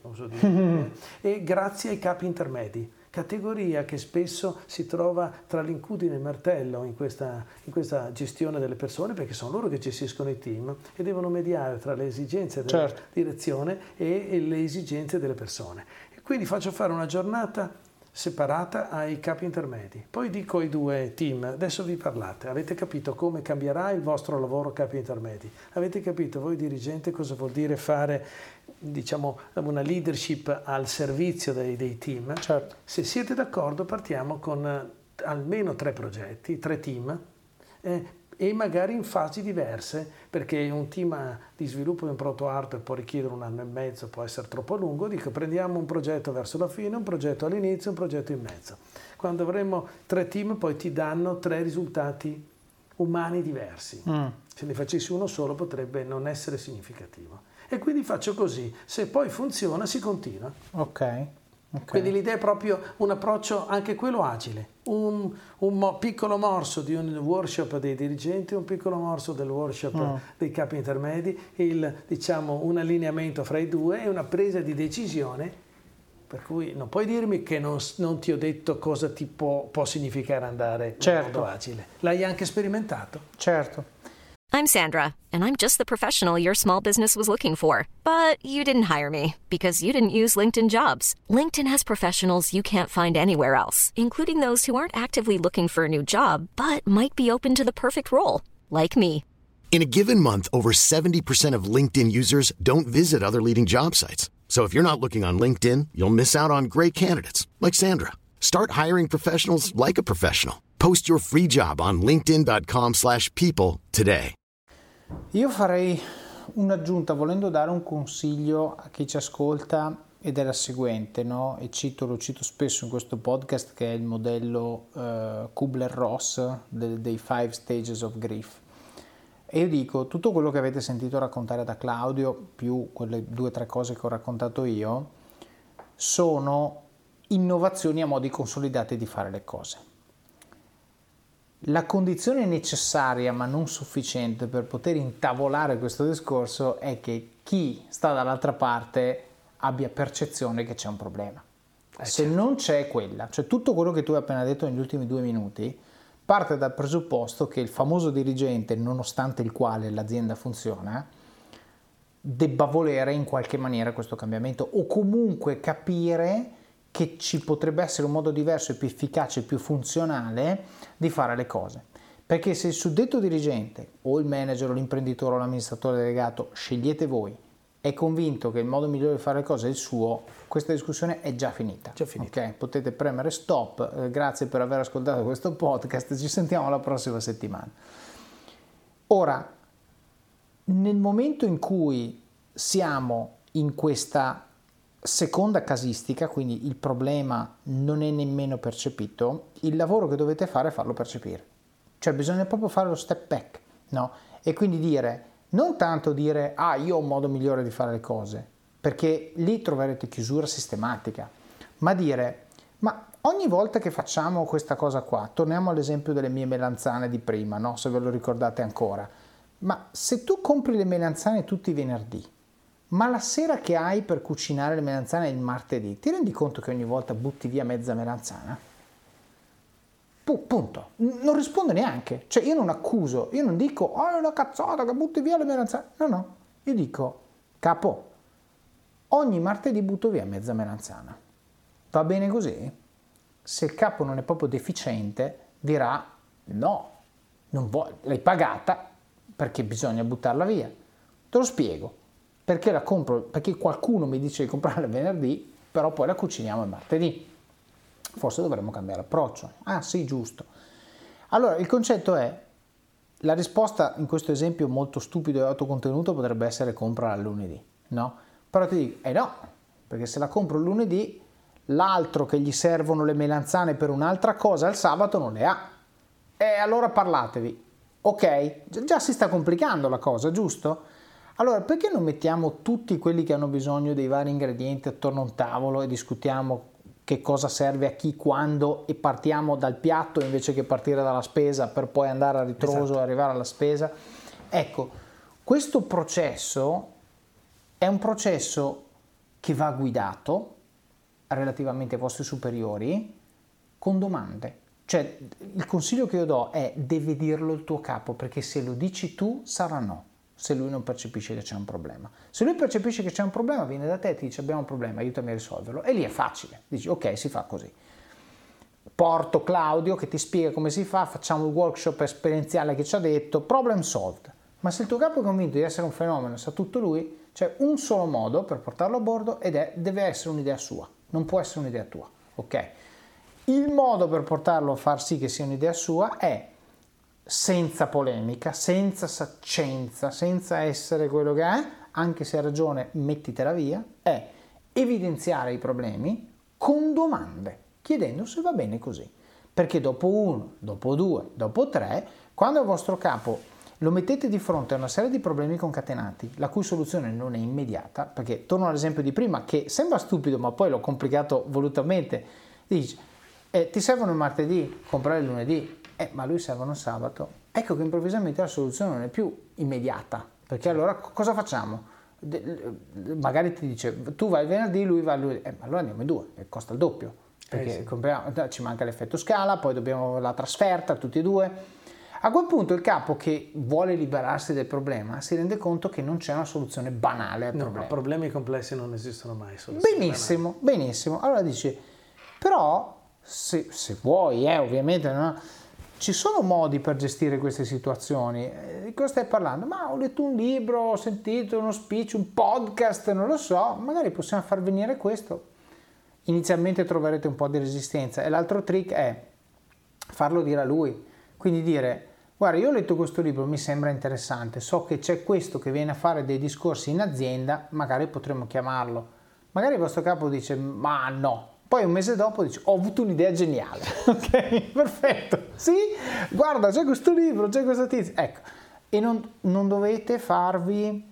e grazie ai capi intermedi, categoria che spesso si trova tra l'incudine e il martello in questa gestione delle persone, perché sono loro che gestiscono i team e devono mediare tra le esigenze della direzione e le esigenze delle persone. E quindi faccio fare una giornata separata ai capi intermedi. Poi dico ai 2 team: adesso vi parlate, avete capito come cambierà il vostro lavoro capi intermedi? Avete capito voi dirigente cosa vuol dire fare, diciamo, una leadership al servizio dei team? Certo. Se siete d'accordo partiamo con almeno 3 progetti, 3 team, e magari in fasi diverse, perché un team di sviluppo di un proto-hardware può richiedere 1 anno e mezzo, può essere troppo lungo. Dico: prendiamo un progetto verso la fine, un progetto all'inizio, un progetto in mezzo. Quando avremo 3 team poi ti danno 3 risultati umani diversi. Se ne facessi uno solo potrebbe non essere significativo. E quindi faccio così: se poi funziona si continua. Ok. Quindi l'idea è proprio un approccio, anche quello agile, un piccolo morso di un workshop dei dirigenti, un piccolo morso del workshop dei capi intermedi, un allineamento fra i 2 e una presa di decisione, per cui non puoi dirmi che non ti ho detto cosa ti può significare andare nel mondo agile. L'hai anche sperimentato? Certo. I'm Sandra, and I'm just the professional your small business was looking for. But you didn't hire me because you didn't use LinkedIn Jobs. LinkedIn has professionals you can't find anywhere else, including those who aren't actively looking for a new job, but might be open to the perfect role, like me. In a given month, over 70% of LinkedIn users don't visit other leading job sites. So if you're not looking on LinkedIn, you'll miss out on great candidates, like Sandra. Start hiring professionals like a professional. Post your free job on linkedin.com/people today. Io farei un'aggiunta, volendo dare un consiglio a chi ci ascolta, ed è la seguente, no? E lo cito spesso in questo podcast, che è il modello Kubler-Ross dei 5 Stages of Grief. E io dico: tutto quello che avete sentito raccontare da Claudio, più quelle 2 o 3 cose che ho raccontato io, sono innovazioni a modi consolidati di fare le cose. La condizione necessaria ma non sufficiente per poter intavolare questo discorso è che chi sta dall'altra parte abbia percezione che c'è un problema. Se non c'è quella, cioè tutto quello che tu hai appena detto negli ultimi 2 minuti parte dal presupposto che il famoso dirigente, nonostante il quale l'azienda funziona, debba volere in qualche maniera questo cambiamento, o comunque capire che ci potrebbe essere un modo diverso e più efficace, più funzionale di fare le cose. Perché se il suddetto dirigente o il manager o l'imprenditore o l'amministratore delegato, scegliete voi, è convinto che il modo migliore di fare le cose è il suo, questa discussione è già finita. Okay? Potete premere stop, grazie per aver ascoltato questo podcast, ci sentiamo la prossima settimana. Ora, nel momento in cui siamo in questa seconda casistica, quindi il problema non è nemmeno percepito, il lavoro che dovete fare è farlo percepire. Cioè bisogna proprio fare lo step back, no? E quindi dire, non tanto dire, io ho un modo migliore di fare le cose, perché lì troverete chiusura sistematica, ma dire, ma ogni volta che facciamo questa cosa qua, torniamo all'esempio delle mie melanzane di prima, no? Se ve lo ricordate ancora, ma se tu compri le melanzane tutti i venerdì, ma la sera che hai per cucinare le melanzane è il martedì, ti rendi conto che ogni volta butti via mezza melanzana? Punto. Non rispondo neanche. Cioè io non accuso, io non dico è una cazzata che butti via le melanzane. No. Io dico, capo, ogni martedì butto via mezza melanzana. Va bene così? Se il capo non è proprio deficiente, dirà no, non voglio, l'hai pagata perché bisogna buttarla via. Te lo spiego. Perché la compro? Perché qualcuno mi dice di comprarla il venerdì, però poi la cuciniamo il martedì. Forse dovremmo cambiare approccio. Sì, giusto. Allora, il concetto è, la risposta in questo esempio molto stupido e autocontenuto potrebbe essere comprala il lunedì, no? Però ti dico, no, perché se la compro il lunedì, l'altro che gli servono le melanzane per un'altra cosa il sabato non le ha. E allora parlatevi. Ok, già si sta complicando la cosa, giusto? Allora, perché non mettiamo tutti quelli che hanno bisogno dei vari ingredienti attorno a un tavolo e discutiamo che cosa serve a chi, quando, e partiamo dal piatto invece che partire dalla spesa per poi andare a ritroso e arrivare alla spesa? Ecco, questo processo è un processo che va guidato relativamente ai vostri superiori con domande. Cioè, il consiglio che io do è: deve dirlo il tuo capo, perché se lo dici tu sarà no, se lui non percepisce che c'è un problema. Se lui percepisce che c'è un problema, viene da te e ti dice abbiamo un problema, aiutami a risolverlo, e lì è facile, dici ok, si fa così. Porto Claudio che ti spiega come si fa, facciamo il workshop esperienziale che ci ha detto, problem solved. Ma se il tuo capo è convinto di essere un fenomeno, sa tutto lui, c'è un solo modo per portarlo a bordo ed deve essere un'idea sua, non può essere un'idea tua, ok? Il modo per portarlo a far sì che sia un'idea sua è senza polemica, senza saccenza, senza essere quello che è, anche se ha ragione mettitela via, è evidenziare i problemi con domande, chiedendo se va bene così. Perché dopo 1, dopo 2, dopo 3, quando il vostro capo lo mettete di fronte a una serie di problemi concatenati, la cui soluzione non è immediata, perché torno all'esempio di prima, che sembra stupido ma poi l'ho complicato volutamente, dici, ti servono il martedì, comprare il lunedì, ma a lui servono il sabato. Ecco che improvvisamente la soluzione non è più immediata, perché allora cosa facciamo? Magari ti dice tu vai il venerdì, lui va il lunedì, ma allora andiamo in due, costa il doppio, perché ci manca l'effetto scala, poi dobbiamo la trasferta tutti e due. A quel punto il capo, che vuole liberarsi del problema, si rende conto che non c'è una soluzione banale al problema. Problemi complessi non esistono mai. Benissimo. Allora dice, però se vuoi, ovviamente, no? Ci sono modi per gestire queste situazioni. Di cosa stai parlando? Ma ho letto un libro, ho sentito uno speech, un podcast, non lo so, magari possiamo far venire questo. Inizialmente troverete un po' di resistenza e l'altro trick è farlo dire a lui. Quindi dire, guarda, io ho letto questo libro, mi sembra interessante, so che c'è questo che viene a fare dei discorsi in azienda, magari potremmo chiamarlo. Magari il vostro capo dice, ma no. Poi un mese dopo dice, ho avuto un'idea geniale. Ok, perfetto. Sì, guarda, c'è questo libro, c'è questo tizio. Ecco, e non dovete farvi,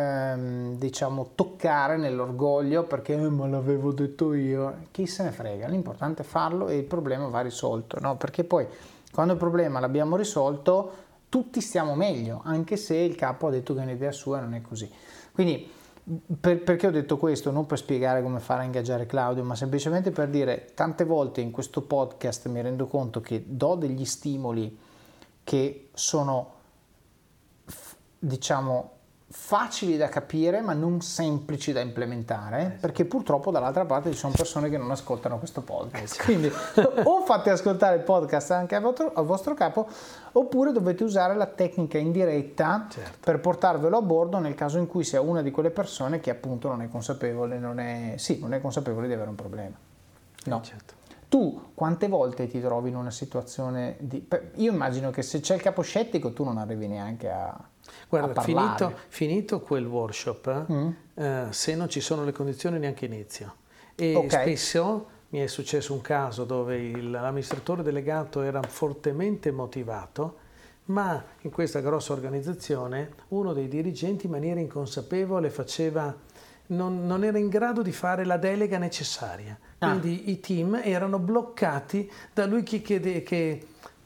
toccare nell'orgoglio perché ma l'avevo detto io. Chi se ne frega, l'importante è farlo e il problema va risolto, no? Perché poi quando il problema l'abbiamo risolto tutti stiamo meglio, anche se il capo ha detto che è un'idea sua e non è così. Quindi perché ho detto questo? Non per spiegare come fare a ingaggiare Claudio, ma semplicemente per dire, tante volte in questo podcast mi rendo conto che do degli stimoli che sono, facili da capire ma non semplici da implementare, perché purtroppo dall'altra parte ci sono persone che non ascoltano questo podcast, quindi o fate ascoltare il podcast anche al vostro capo, oppure dovete usare la tecnica in diretta per portarvelo a bordo nel caso in cui sia una di quelle persone che appunto non è consapevole, non è consapevole di avere un problema. No. Tu quante volte ti trovi in una situazione di... Io immagino che se c'è il capo scettico tu non arrivi neanche a... Guarda, finito quel workshop, se non ci sono le condizioni neanche inizio. E spesso mi è successo un caso dove l'amministratore delegato era fortemente motivato, ma in questa grossa organizzazione uno dei dirigenti in maniera inconsapevole non era in grado di fare la delega necessaria. Quindi i team erano bloccati da lui che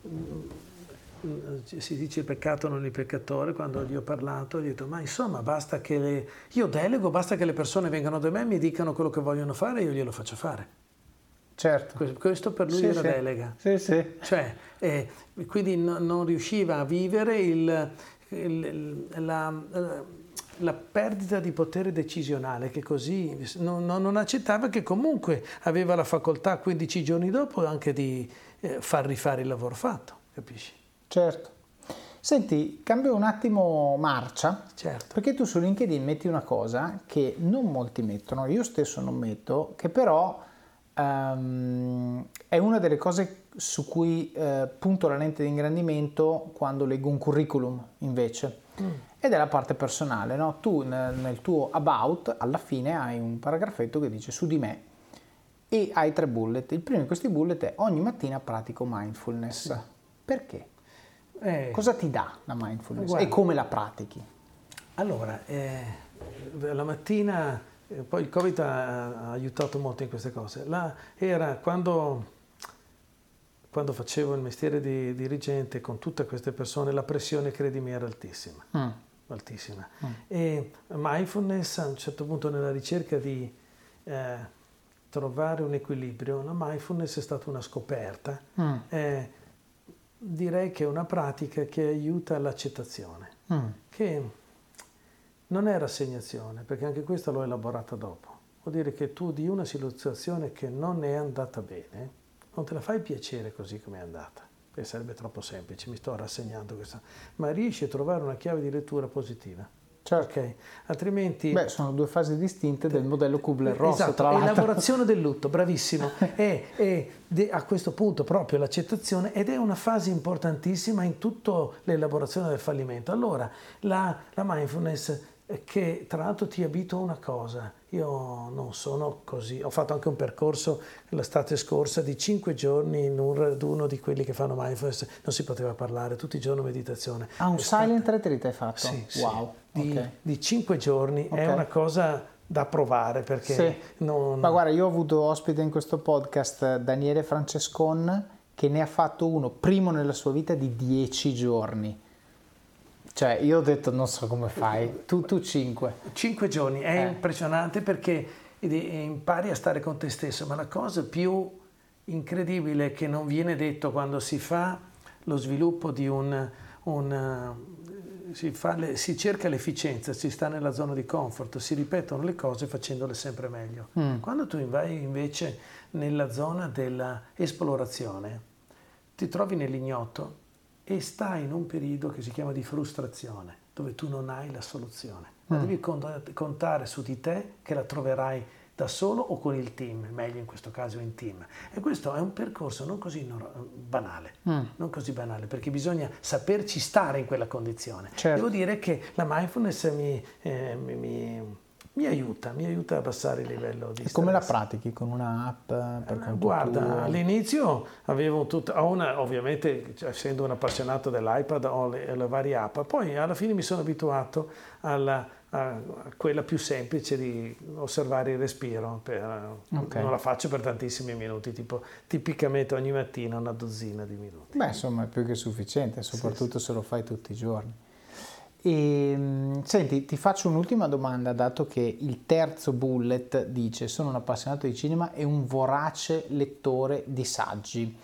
si dice il peccato non il peccatore. Quando gli ho parlato gli ho detto ma insomma basta che io delego, basta che le persone vengano da me e mi dicano quello che vogliono fare e io glielo faccio fare. Certo. Questo per lui era delega. Sì, sì. Cioè, quindi non riusciva a vivere la perdita di potere decisionale, che così non accettava, che comunque aveva la facoltà 15 giorni dopo anche di far rifare il lavoro fatto, capisci? Certo. Senti, cambio un attimo marcia, certo, perché tu su LinkedIn metti una cosa che non molti mettono, io stesso non metto, che però è una delle cose su cui punto la lente di ingrandimento quando leggo un curriculum invece, ed è la parte personale, no? Tu nel tuo about alla fine hai un paragrafetto che dice su di me e hai 3 bullet. Il primo di questi bullet è: ogni mattina pratico mindfulness. Sì. Perché? Cosa ti dà la mindfulness? Guarda, e come la pratichi? Allora, la mattina, poi il Covid ha aiutato molto in queste cose. Era quando facevo il mestiere di dirigente con tutte queste persone, la pressione, credimi, era altissima. Altissima. E mindfulness, a un certo punto, nella ricerca di trovare un equilibrio, la mindfulness è stata una scoperta. Direi che è una pratica che aiuta l'accettazione, che non è rassegnazione, perché anche questa l'ho elaborata dopo. Vuol dire che tu di una situazione che non è andata bene, non te la fai piacere così come è andata, perché sarebbe troppo semplice, mi sto rassegnando questa, ma riesci a trovare una chiave di lettura positiva. Certo. Okay? Altrimenti... sono 2 fasi distinte del modello Kubler-Ross, esatto, tra l'altro. Elaborazione del lutto, bravissimo. A questo punto proprio l'accettazione, ed è una fase importantissima in tutta l'elaborazione del fallimento. Allora, la mindfulness, che tra l'altro ti abitua a una cosa, io non sono così, ho fatto anche un percorso l'estate scorsa di 5 giorni in un raduno di quelli che fanno mindfulness, non si poteva parlare, tutti i giorni meditazione. Un silent retreat hai fatto? Sì, wow. Di 5 giorni, è una cosa da provare, perché Ma guarda, io ho avuto ospite in questo podcast Daniele Francescon, che ne ha fatto uno primo nella sua vita di 10 giorni. Cioè, io ho detto, non so come fai, tu 5. 5 giorni, è impressionante, perché impari a stare con te stesso, ma la cosa più incredibile che non viene detto quando si fa lo sviluppo di si cerca l'efficienza, si sta nella zona di comfort, si ripetono le cose facendole sempre meglio. Quando tu vai invece nella zona dell'esplorazione, ti trovi nell'ignoto e stai in un periodo che si chiama di frustrazione, dove tu non hai la soluzione, ma devi contare su di te che la troverai da solo o con il team, meglio in questo caso in team. E questo è un percorso non così banale, non così banale, perché bisogna saperci stare in quella condizione. Certo. Devo dire che la mindfulness mi aiuta a abbassare il livello di stress. E come la pratichi? Con una app? Per conto Guarda, tuo? Insomma è più che sufficiente, soprattutto se lo fai tutti i giorni. E, senti, ti faccio un'ultima domanda, dato che il terzo bullet dice: sono un appassionato di cinema e un vorace lettore di saggi.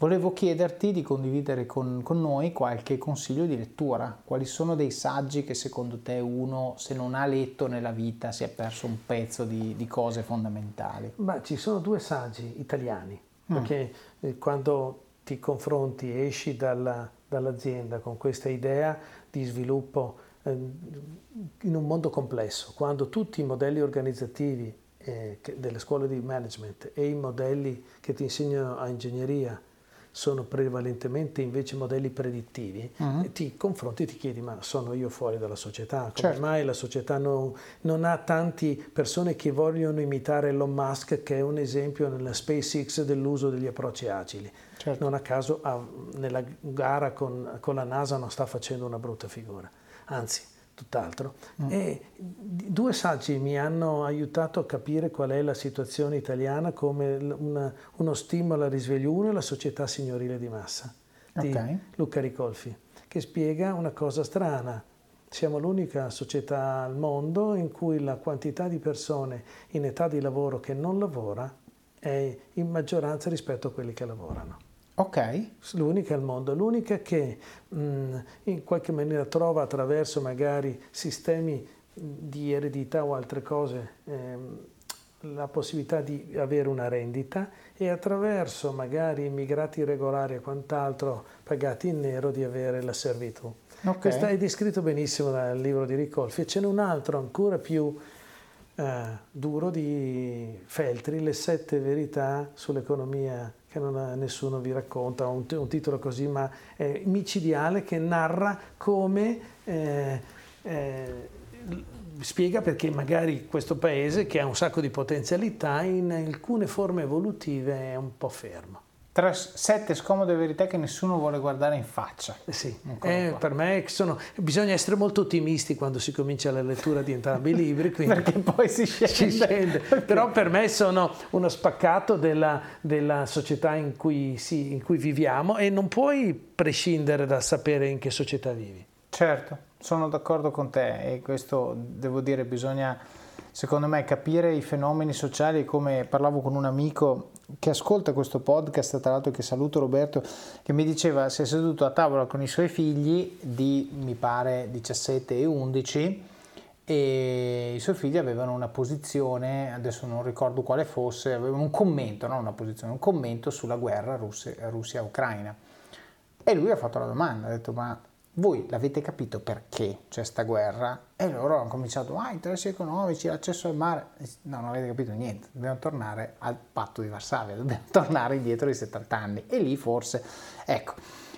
Volevo chiederti di condividere con noi qualche consiglio di lettura. Quali sono dei saggi che secondo te uno, se non ha letto nella vita, si è perso un pezzo di cose fondamentali? Ma ci sono 2 saggi italiani, perché quando ti confronti, esci dall'azienda con questa idea di sviluppo in un mondo complesso, quando tutti i modelli organizzativi delle scuole di management e i modelli che ti insegnano a ingegneria sono prevalentemente invece modelli predittivi, ti confronti e ti chiedi: ma sono io fuori dalla società? Come mai la società non ha tante persone che vogliono imitare Elon Musk, che è un esempio nella SpaceX dell'uso degli approcci agili? Non a caso nella gara con la NASA non sta facendo una brutta figura, anzi tutt'altro. E 2 saggi mi hanno aiutato a capire qual è la situazione italiana come uno stimolo al risveglio. Uno è La società signorile di massa di Luca Ricolfi, che spiega una cosa strana. Siamo l'unica società al mondo in cui la quantità di persone in età di lavoro che non lavora è in maggioranza rispetto a quelli che lavorano. L'unica al mondo, l'unica che in qualche maniera trova, attraverso magari sistemi di eredità o altre cose, la possibilità di avere una rendita, e attraverso magari immigrati irregolari e quant'altro pagati in nero di avere la servitù. Questo è descritto benissimo dal libro di Ricolfi. E ce n'è un altro ancora più duro di Feltri, Le 7 verità sull'economia che nessuno vi racconta, un titolo così, ma è micidiale, che narra come spiega perché magari questo paese, che ha un sacco di potenzialità, in alcune forme evolutive è un po' fermo. 7 scomode verità che nessuno vuole guardare in faccia. Sì, per me bisogna essere molto ottimisti quando si comincia la lettura di entrambi i libri, perché poi si scende. Però per me sono uno spaccato della società in cui viviamo, e non puoi prescindere dal sapere in che società vivi. Certo, sono d'accordo con te, e questo devo dire, bisogna secondo me capire i fenomeni sociali. Come parlavo con un amico che ascolta questo podcast, tra l'altro, che saluto, Roberto, che mi diceva: si è seduto a tavola con i suoi figli di, mi pare, 17 e 11, e i suoi figli avevano una posizione, adesso non ricordo quale fosse, avevano un commento, non una posizione, un commento sulla guerra Russia-Ucraina, e lui ha fatto la domanda, ha detto: ma voi l'avete capito perché c'è sta guerra? E loro hanno cominciato: interessi economici, l'accesso al mare. No, non avete capito niente, dobbiamo tornare al patto di Varsavia, dobbiamo tornare indietro di 70 anni, e lì forse, ecco,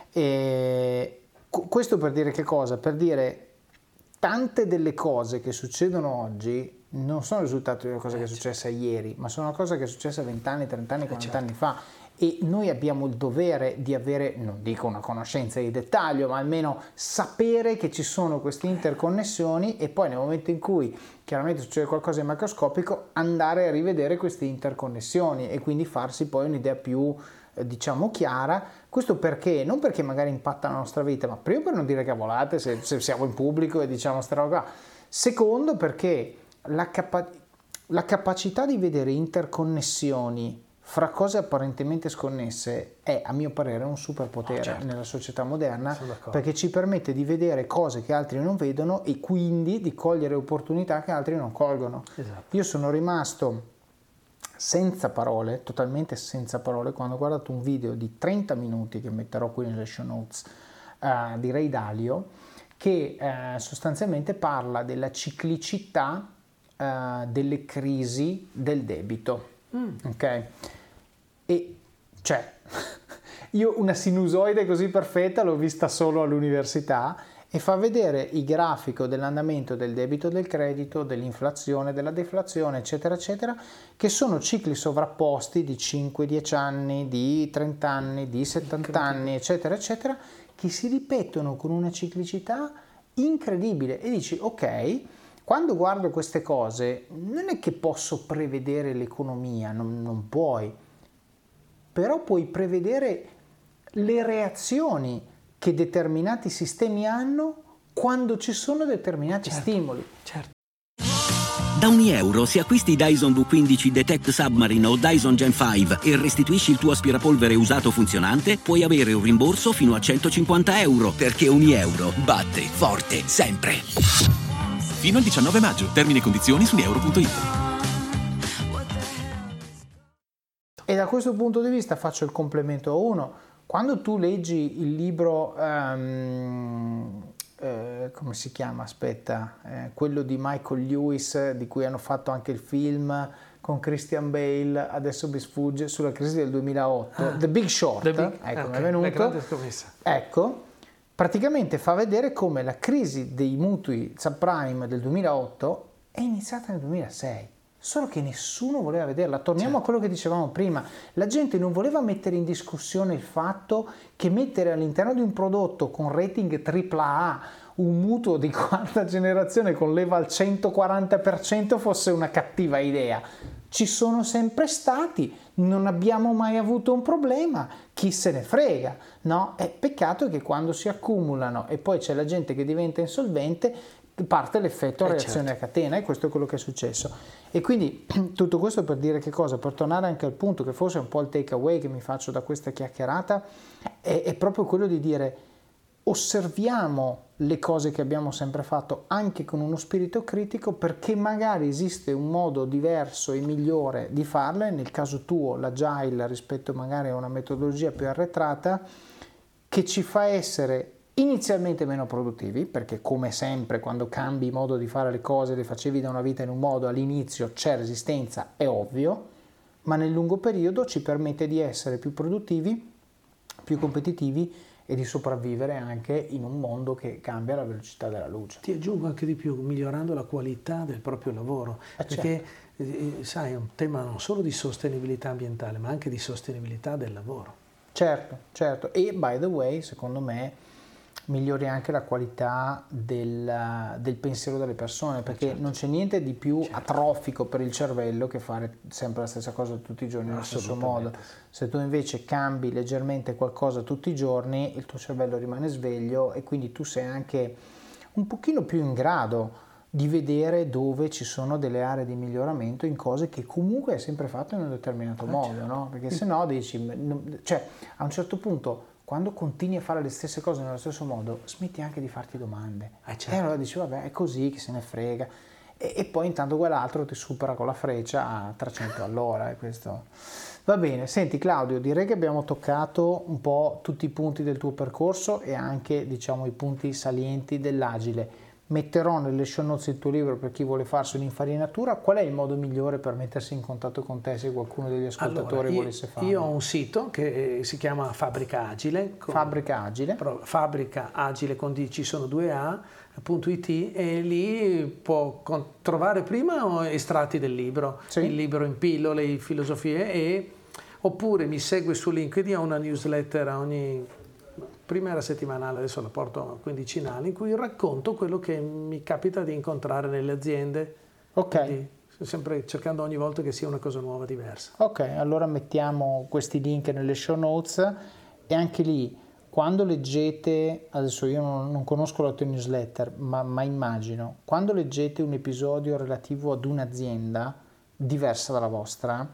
questo per dire che cosa? Per dire, tante delle cose che succedono oggi non sono il risultato di una cosa che è successa ieri, ma sono una cosa che è successa 20 anni, 30 anni, 40 anni fa. E noi abbiamo il dovere di avere, non dico una conoscenza di dettaglio, ma almeno sapere che ci sono queste interconnessioni, e poi nel momento in cui chiaramente succede qualcosa di macroscopico, andare a rivedere queste interconnessioni e quindi farsi poi un'idea più diciamo chiara. Questo perché? Non perché magari impatta la nostra vita, ma primo per non dire cavolate se siamo in pubblico e diciamo sta roba qua. Secondo perché la capacità di vedere interconnessioni fra cose apparentemente sconnesse è, a mio parere, un superpotere nella società moderna, perché ci permette di vedere cose che altri non vedono e quindi di cogliere opportunità che altri non colgono. Io sono rimasto senza parole, totalmente senza parole, quando ho guardato un video di 30 minuti che metterò qui nelle show notes di Ray Dalio, che sostanzialmente parla della ciclicità delle crisi del debito. Ok? E cioè io una sinusoide così perfetta l'ho vista solo all'università, e fa vedere il grafico dell'andamento del debito, del credito, dell'inflazione, della deflazione, eccetera eccetera, che sono cicli sovrapposti di 5-10 anni, di 30 anni, di 70 anni, eccetera eccetera, che si ripetono con una ciclicità incredibile. E dici: ok, quando guardo queste cose non è che posso prevedere l'economia, non puoi, però puoi prevedere le reazioni che determinati sistemi hanno quando ci sono determinati stimoli. Da €1 se acquisti Dyson V15 Detect Submarine o Dyson Gen 5 e restituisci il tuo aspirapolvere usato funzionante, puoi avere un rimborso fino a €150, perché €1 batte forte sempre. Fino al 19 maggio. Termini e condizioni su euro.it. E da questo punto di vista faccio il complemento a uno. Quando tu leggi il libro, come si chiama? Aspetta, quello di Michael Lewis, di cui hanno fatto anche il film con Christian Bale, adesso mi sfugge, sulla crisi del 2008, The Big Short, ecco, mi è venuto. La grande scommessa. Ecco, praticamente fa vedere come la crisi dei mutui subprime del 2008 è iniziata nel 2006. Solo che nessuno voleva vederla. Torniamo a quello che dicevamo prima. La gente non voleva mettere in discussione il fatto che mettere all'interno di un prodotto con rating AAA un mutuo di quarta generazione con leva al 140% fosse una cattiva idea. Ci sono sempre stati, non abbiamo mai avuto un problema, chi se ne frega, no? È peccato che quando si accumulano e poi c'è la gente che diventa insolvente, parte l'effetto reazione a catena, e questo è quello che è successo. E quindi tutto questo per dire che cosa? Per tornare anche al punto che forse è un po' il take away che mi faccio da questa chiacchierata, è proprio quello di dire: osserviamo le cose che abbiamo sempre fatto anche con uno spirito critico, perché magari esiste un modo diverso e migliore di farle, nel caso tuo l'agile rispetto magari a una metodologia più arretrata, che ci fa essere inizialmente meno produttivi, perché come sempre quando cambi modo di fare le cose, le facevi da una vita in un modo, all'inizio c'è resistenza, è ovvio, ma nel lungo periodo ci permette di essere più produttivi, più competitivi e di sopravvivere anche in un mondo che cambia alla velocità della luce. Ti aggiungo anche di più, migliorando la qualità del proprio lavoro, perché sai, è un tema non solo di sostenibilità ambientale, ma anche di sostenibilità del lavoro. Certo, e by the way, secondo me migliori anche la qualità del pensiero delle persone, perché non c'è niente di più atrofico per il cervello che fare sempre la stessa cosa tutti i giorni nello stesso modo. Se tu invece cambi leggermente qualcosa tutti i giorni, il tuo cervello rimane sveglio e quindi tu sei anche un pochino più in grado di vedere dove ci sono delle aree di miglioramento in cose che comunque hai sempre fatto in un determinato modo, no? Perché se no dici, cioè a un certo punto, quando continui a fare le stesse cose nello stesso modo, smetti anche di farti domande. E allora dici, vabbè, è così, chi se ne frega. E poi intanto quell'altro ti supera con la freccia a 300 all'ora. E questo va bene. Senti Claudio, direi che abbiamo toccato un po' tutti i punti del tuo percorso e anche, diciamo, i punti salienti dell'agile. Metterò nelle show notes il tuo libro per chi vuole farsi un'infarinatura. Qual è il modo migliore per mettersi in contatto con te se qualcuno degli ascoltatori volesse farlo? Io ho un sito che si chiama Fabbrica Agile. Fabbrica Agile? Fabbrica Agile con D, ci sono 2A.it, e lì può trovare prima estratti del libro, il libro in pillole, filosofie, oppure mi segue su LinkedIn, ho una newsletter prima era settimanale, adesso la porto quindicinale, in cui racconto quello che mi capita di incontrare nelle aziende. Ok. Quindi, sempre cercando ogni volta che sia una cosa nuova, diversa. Ok, allora mettiamo questi link nelle show notes, e anche lì, quando leggete, adesso io non conosco la tua newsletter, ma immagino, quando leggete un episodio relativo ad un'azienda diversa dalla vostra,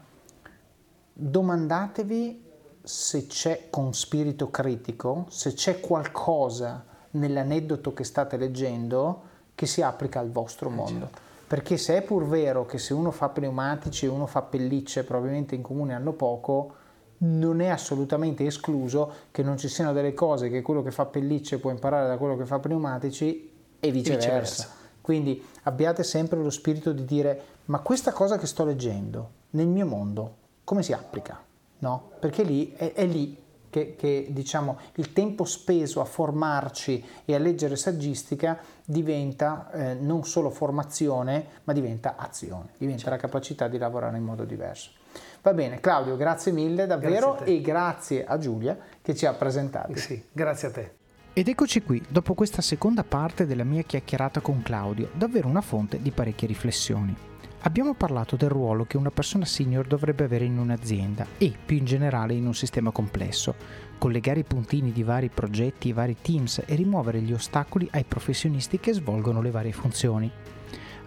domandatevi se c'è, con spirito critico, se c'è qualcosa nell'aneddoto che state leggendo che si applica al vostro mondo. Certo. Perché se è pur vero che se uno fa pneumatici e uno fa pellicce probabilmente in comune hanno poco, non è assolutamente escluso che non ci siano delle cose che quello che fa pellicce può imparare da quello che fa pneumatici e viceversa. Quindi abbiate sempre lo spirito di dire: ma questa cosa che sto leggendo nel mio mondo come si applica? No? Perché lì è lì che diciamo il tempo speso a formarci e a leggere saggistica diventa non solo formazione, ma diventa azione, diventa la capacità di lavorare in modo diverso. Va bene, Claudio, grazie mille davvero, e grazie a Giulia che ci ha presentato. Sì, grazie a te. Ed eccoci qui, dopo questa seconda parte della mia chiacchierata con Claudio, davvero una fonte di parecchie riflessioni. Abbiamo parlato del ruolo che una persona senior dovrebbe avere in un'azienda e, più in generale, in un sistema complesso, collegare i puntini di vari progetti e vari teams e rimuovere gli ostacoli ai professionisti che svolgono le varie funzioni.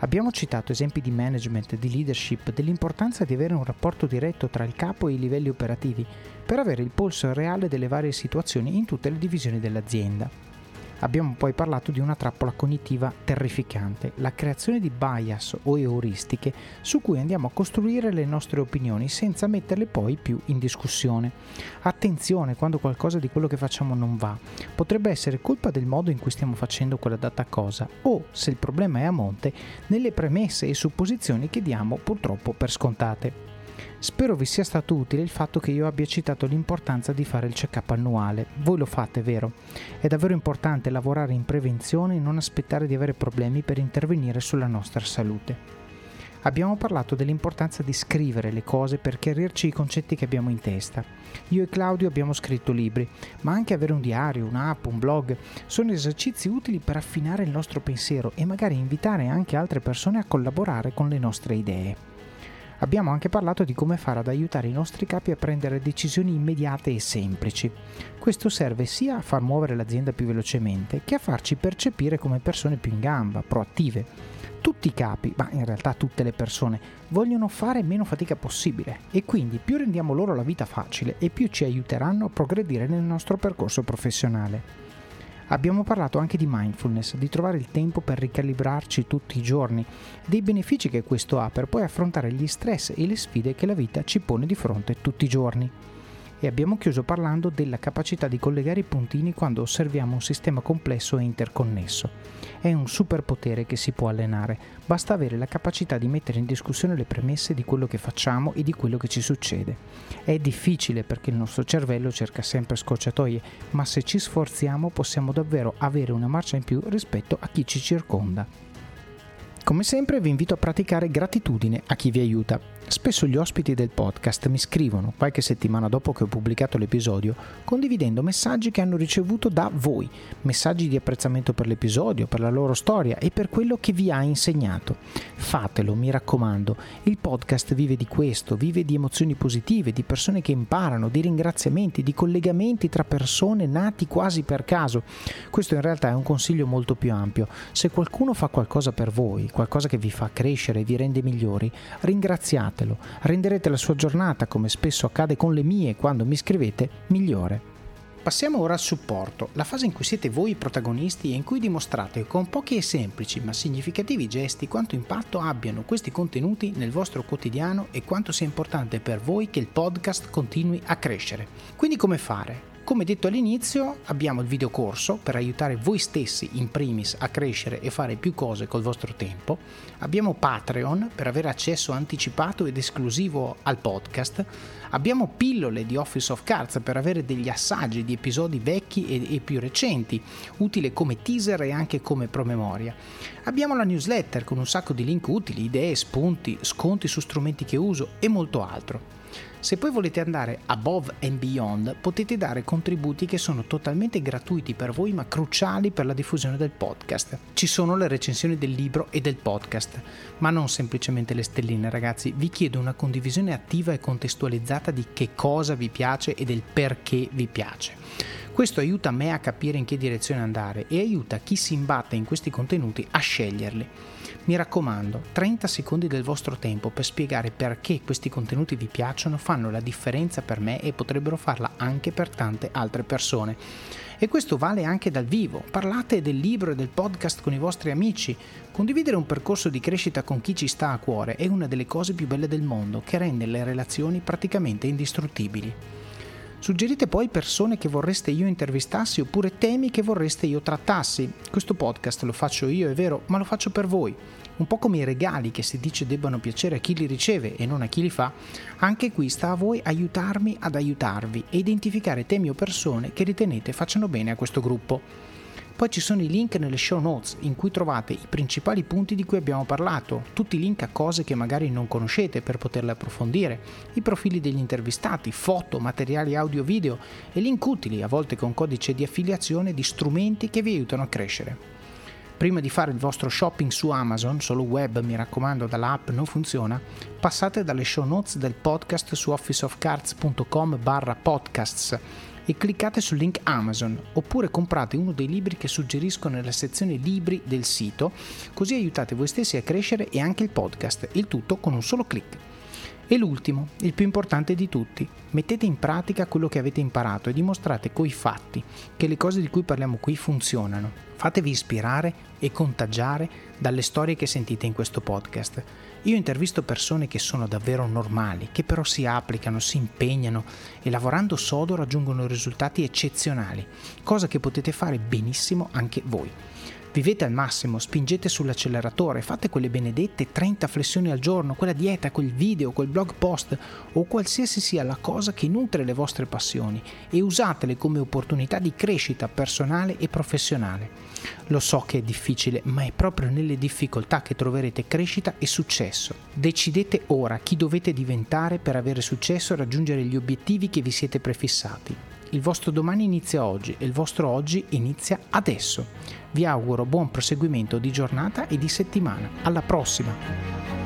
Abbiamo citato esempi di management, di leadership, dell'importanza di avere un rapporto diretto tra il capo e i livelli operativi per avere il polso reale delle varie situazioni in tutte le divisioni dell'azienda. Abbiamo poi parlato di una trappola cognitiva terrificante, la creazione di bias o euristiche su cui andiamo a costruire le nostre opinioni senza metterle poi più in discussione. Attenzione quando qualcosa di quello che facciamo non va, potrebbe essere colpa del modo in cui stiamo facendo quella data cosa o, se il problema è a monte, nelle premesse e supposizioni che diamo purtroppo per scontate. Spero vi sia stato utile il fatto che io abbia citato l'importanza di fare il check-up annuale. Voi lo fate, vero? È davvero importante lavorare in prevenzione e non aspettare di avere problemi per intervenire sulla nostra salute. Abbiamo parlato dell'importanza di scrivere le cose per chiarirci i concetti che abbiamo in testa. Io e Claudio abbiamo scritto libri, ma anche avere un diario, un'app, un blog sono esercizi utili per affinare il nostro pensiero e magari invitare anche altre persone a collaborare con le nostre idee. Abbiamo anche parlato di come fare ad aiutare i nostri capi a prendere decisioni immediate e semplici. Questo serve sia a far muovere l'azienda più velocemente che a farci percepire come persone più in gamba, proattive. Tutti i capi, ma in realtà tutte le persone, vogliono fare meno fatica possibile e quindi più rendiamo loro la vita facile e più ci aiuteranno a progredire nel nostro percorso professionale. Abbiamo parlato anche di mindfulness, di trovare il tempo per ricalibrarci tutti i giorni, dei benefici che questo ha per poi affrontare gli stress e le sfide che la vita ci pone di fronte tutti i giorni. E abbiamo chiuso parlando della capacità di collegare i puntini quando osserviamo un sistema complesso e interconnesso. È un superpotere che si può allenare, basta avere la capacità di mettere in discussione le premesse di quello che facciamo e di quello che ci succede. È difficile perché il nostro cervello cerca sempre scorciatoie, ma se ci sforziamo possiamo davvero avere una marcia in più rispetto a chi ci circonda. Come sempre vi invito a praticare gratitudine a chi vi aiuta. Spesso gli ospiti del podcast mi scrivono, qualche settimana dopo che ho pubblicato l'episodio, condividendo messaggi che hanno ricevuto da voi, messaggi di apprezzamento per l'episodio, per la loro storia e per quello che vi ha insegnato. Fatelo, mi raccomando, il podcast vive di questo, vive di emozioni positive, di persone che imparano, di ringraziamenti, di collegamenti tra persone nati quasi per caso. Questo in realtà è un consiglio molto più ampio. Se qualcuno fa qualcosa per voi, qualcosa che vi fa crescere e vi rende migliori, ringraziatelo. Renderete la sua giornata, come spesso accade con le mie quando mi scrivete, migliore. Passiamo ora al supporto, la fase in cui siete voi i protagonisti e in cui dimostrate con pochi e semplici ma significativi gesti quanto impatto abbiano questi contenuti nel vostro quotidiano e quanto sia importante per voi che il podcast continui a crescere. Quindi come fare? Come detto all'inizio, abbiamo il videocorso per aiutare voi stessi in primis a crescere e fare più cose col vostro tempo. Abbiamo Patreon per avere accesso anticipato ed esclusivo al podcast. Abbiamo pillole di Office of Cards per avere degli assaggi di episodi vecchi e più recenti, utile come teaser e anche come promemoria. Abbiamo la newsletter con un sacco di link utili, idee, spunti, sconti su strumenti che uso e molto altro. Se poi volete andare above and beyond, potete dare contributi che sono totalmente gratuiti per voi ma cruciali per la diffusione del podcast. Ci sono le recensioni del libro e del podcast, ma non semplicemente le stelline, ragazzi. Vi chiedo una condivisione attiva e contestualizzata di che cosa vi piace e del perché vi piace. Questo aiuta me a capire in che direzione andare e aiuta chi si imbatte in questi contenuti a sceglierli. Mi raccomando, 30 secondi del vostro tempo per spiegare perché questi contenuti vi piacciono fanno la differenza per me e potrebbero farla anche per tante altre persone. E questo vale anche dal vivo. Parlate del libro e del podcast con i vostri amici. Condividere un percorso di crescita con chi ci sta a cuore è una delle cose più belle del mondo, che rende le relazioni praticamente indistruttibili. Suggerite poi persone che vorreste io intervistassi oppure temi che vorreste io trattassi. Questo podcast lo faccio io, è vero, ma lo faccio per voi. Un po' come i regali che si dice debbano piacere a chi li riceve e non a chi li fa, anche qui sta a voi aiutarmi ad aiutarvi e identificare temi o persone che ritenete facciano bene a questo gruppo. Poi ci sono i link nelle show notes in cui trovate i principali punti di cui abbiamo parlato, tutti i link a cose che magari non conoscete per poterle approfondire, i profili degli intervistati, foto, materiali audio-video e link utili, a volte con codice di affiliazione, di strumenti che vi aiutano a crescere. Prima di fare il vostro shopping su Amazon, solo web, mi raccomando, dall'app non funziona, passate dalle show notes del podcast su officeofcards.com/podcasts. e cliccate sul link Amazon, oppure comprate uno dei libri che suggerisco nella sezione libri del sito, così aiutate voi stessi a crescere e anche il podcast, il tutto con un solo click. E l'ultimo, il più importante di tutti, mettete in pratica quello che avete imparato e dimostrate coi fatti che le cose di cui parliamo qui funzionano. Fatevi ispirare e contagiare dalle storie che sentite in questo podcast. Io intervisto persone che sono davvero normali, che però si applicano, si impegnano e lavorando sodo raggiungono risultati eccezionali, cosa che potete fare benissimo anche voi. Vivete al massimo, spingete sull'acceleratore, fate quelle benedette 30 flessioni al giorno, quella dieta, quel video, quel blog post o qualsiasi sia la cosa che nutre le vostre passioni e usatele come opportunità di crescita personale e professionale. Lo so che è difficile, ma è proprio nelle difficoltà che troverete crescita e successo. Decidete ora chi dovete diventare per avere successo e raggiungere gli obiettivi che vi siete prefissati. Il vostro domani inizia oggi e il vostro oggi inizia adesso. Vi auguro buon proseguimento di giornata e di settimana. Alla prossima!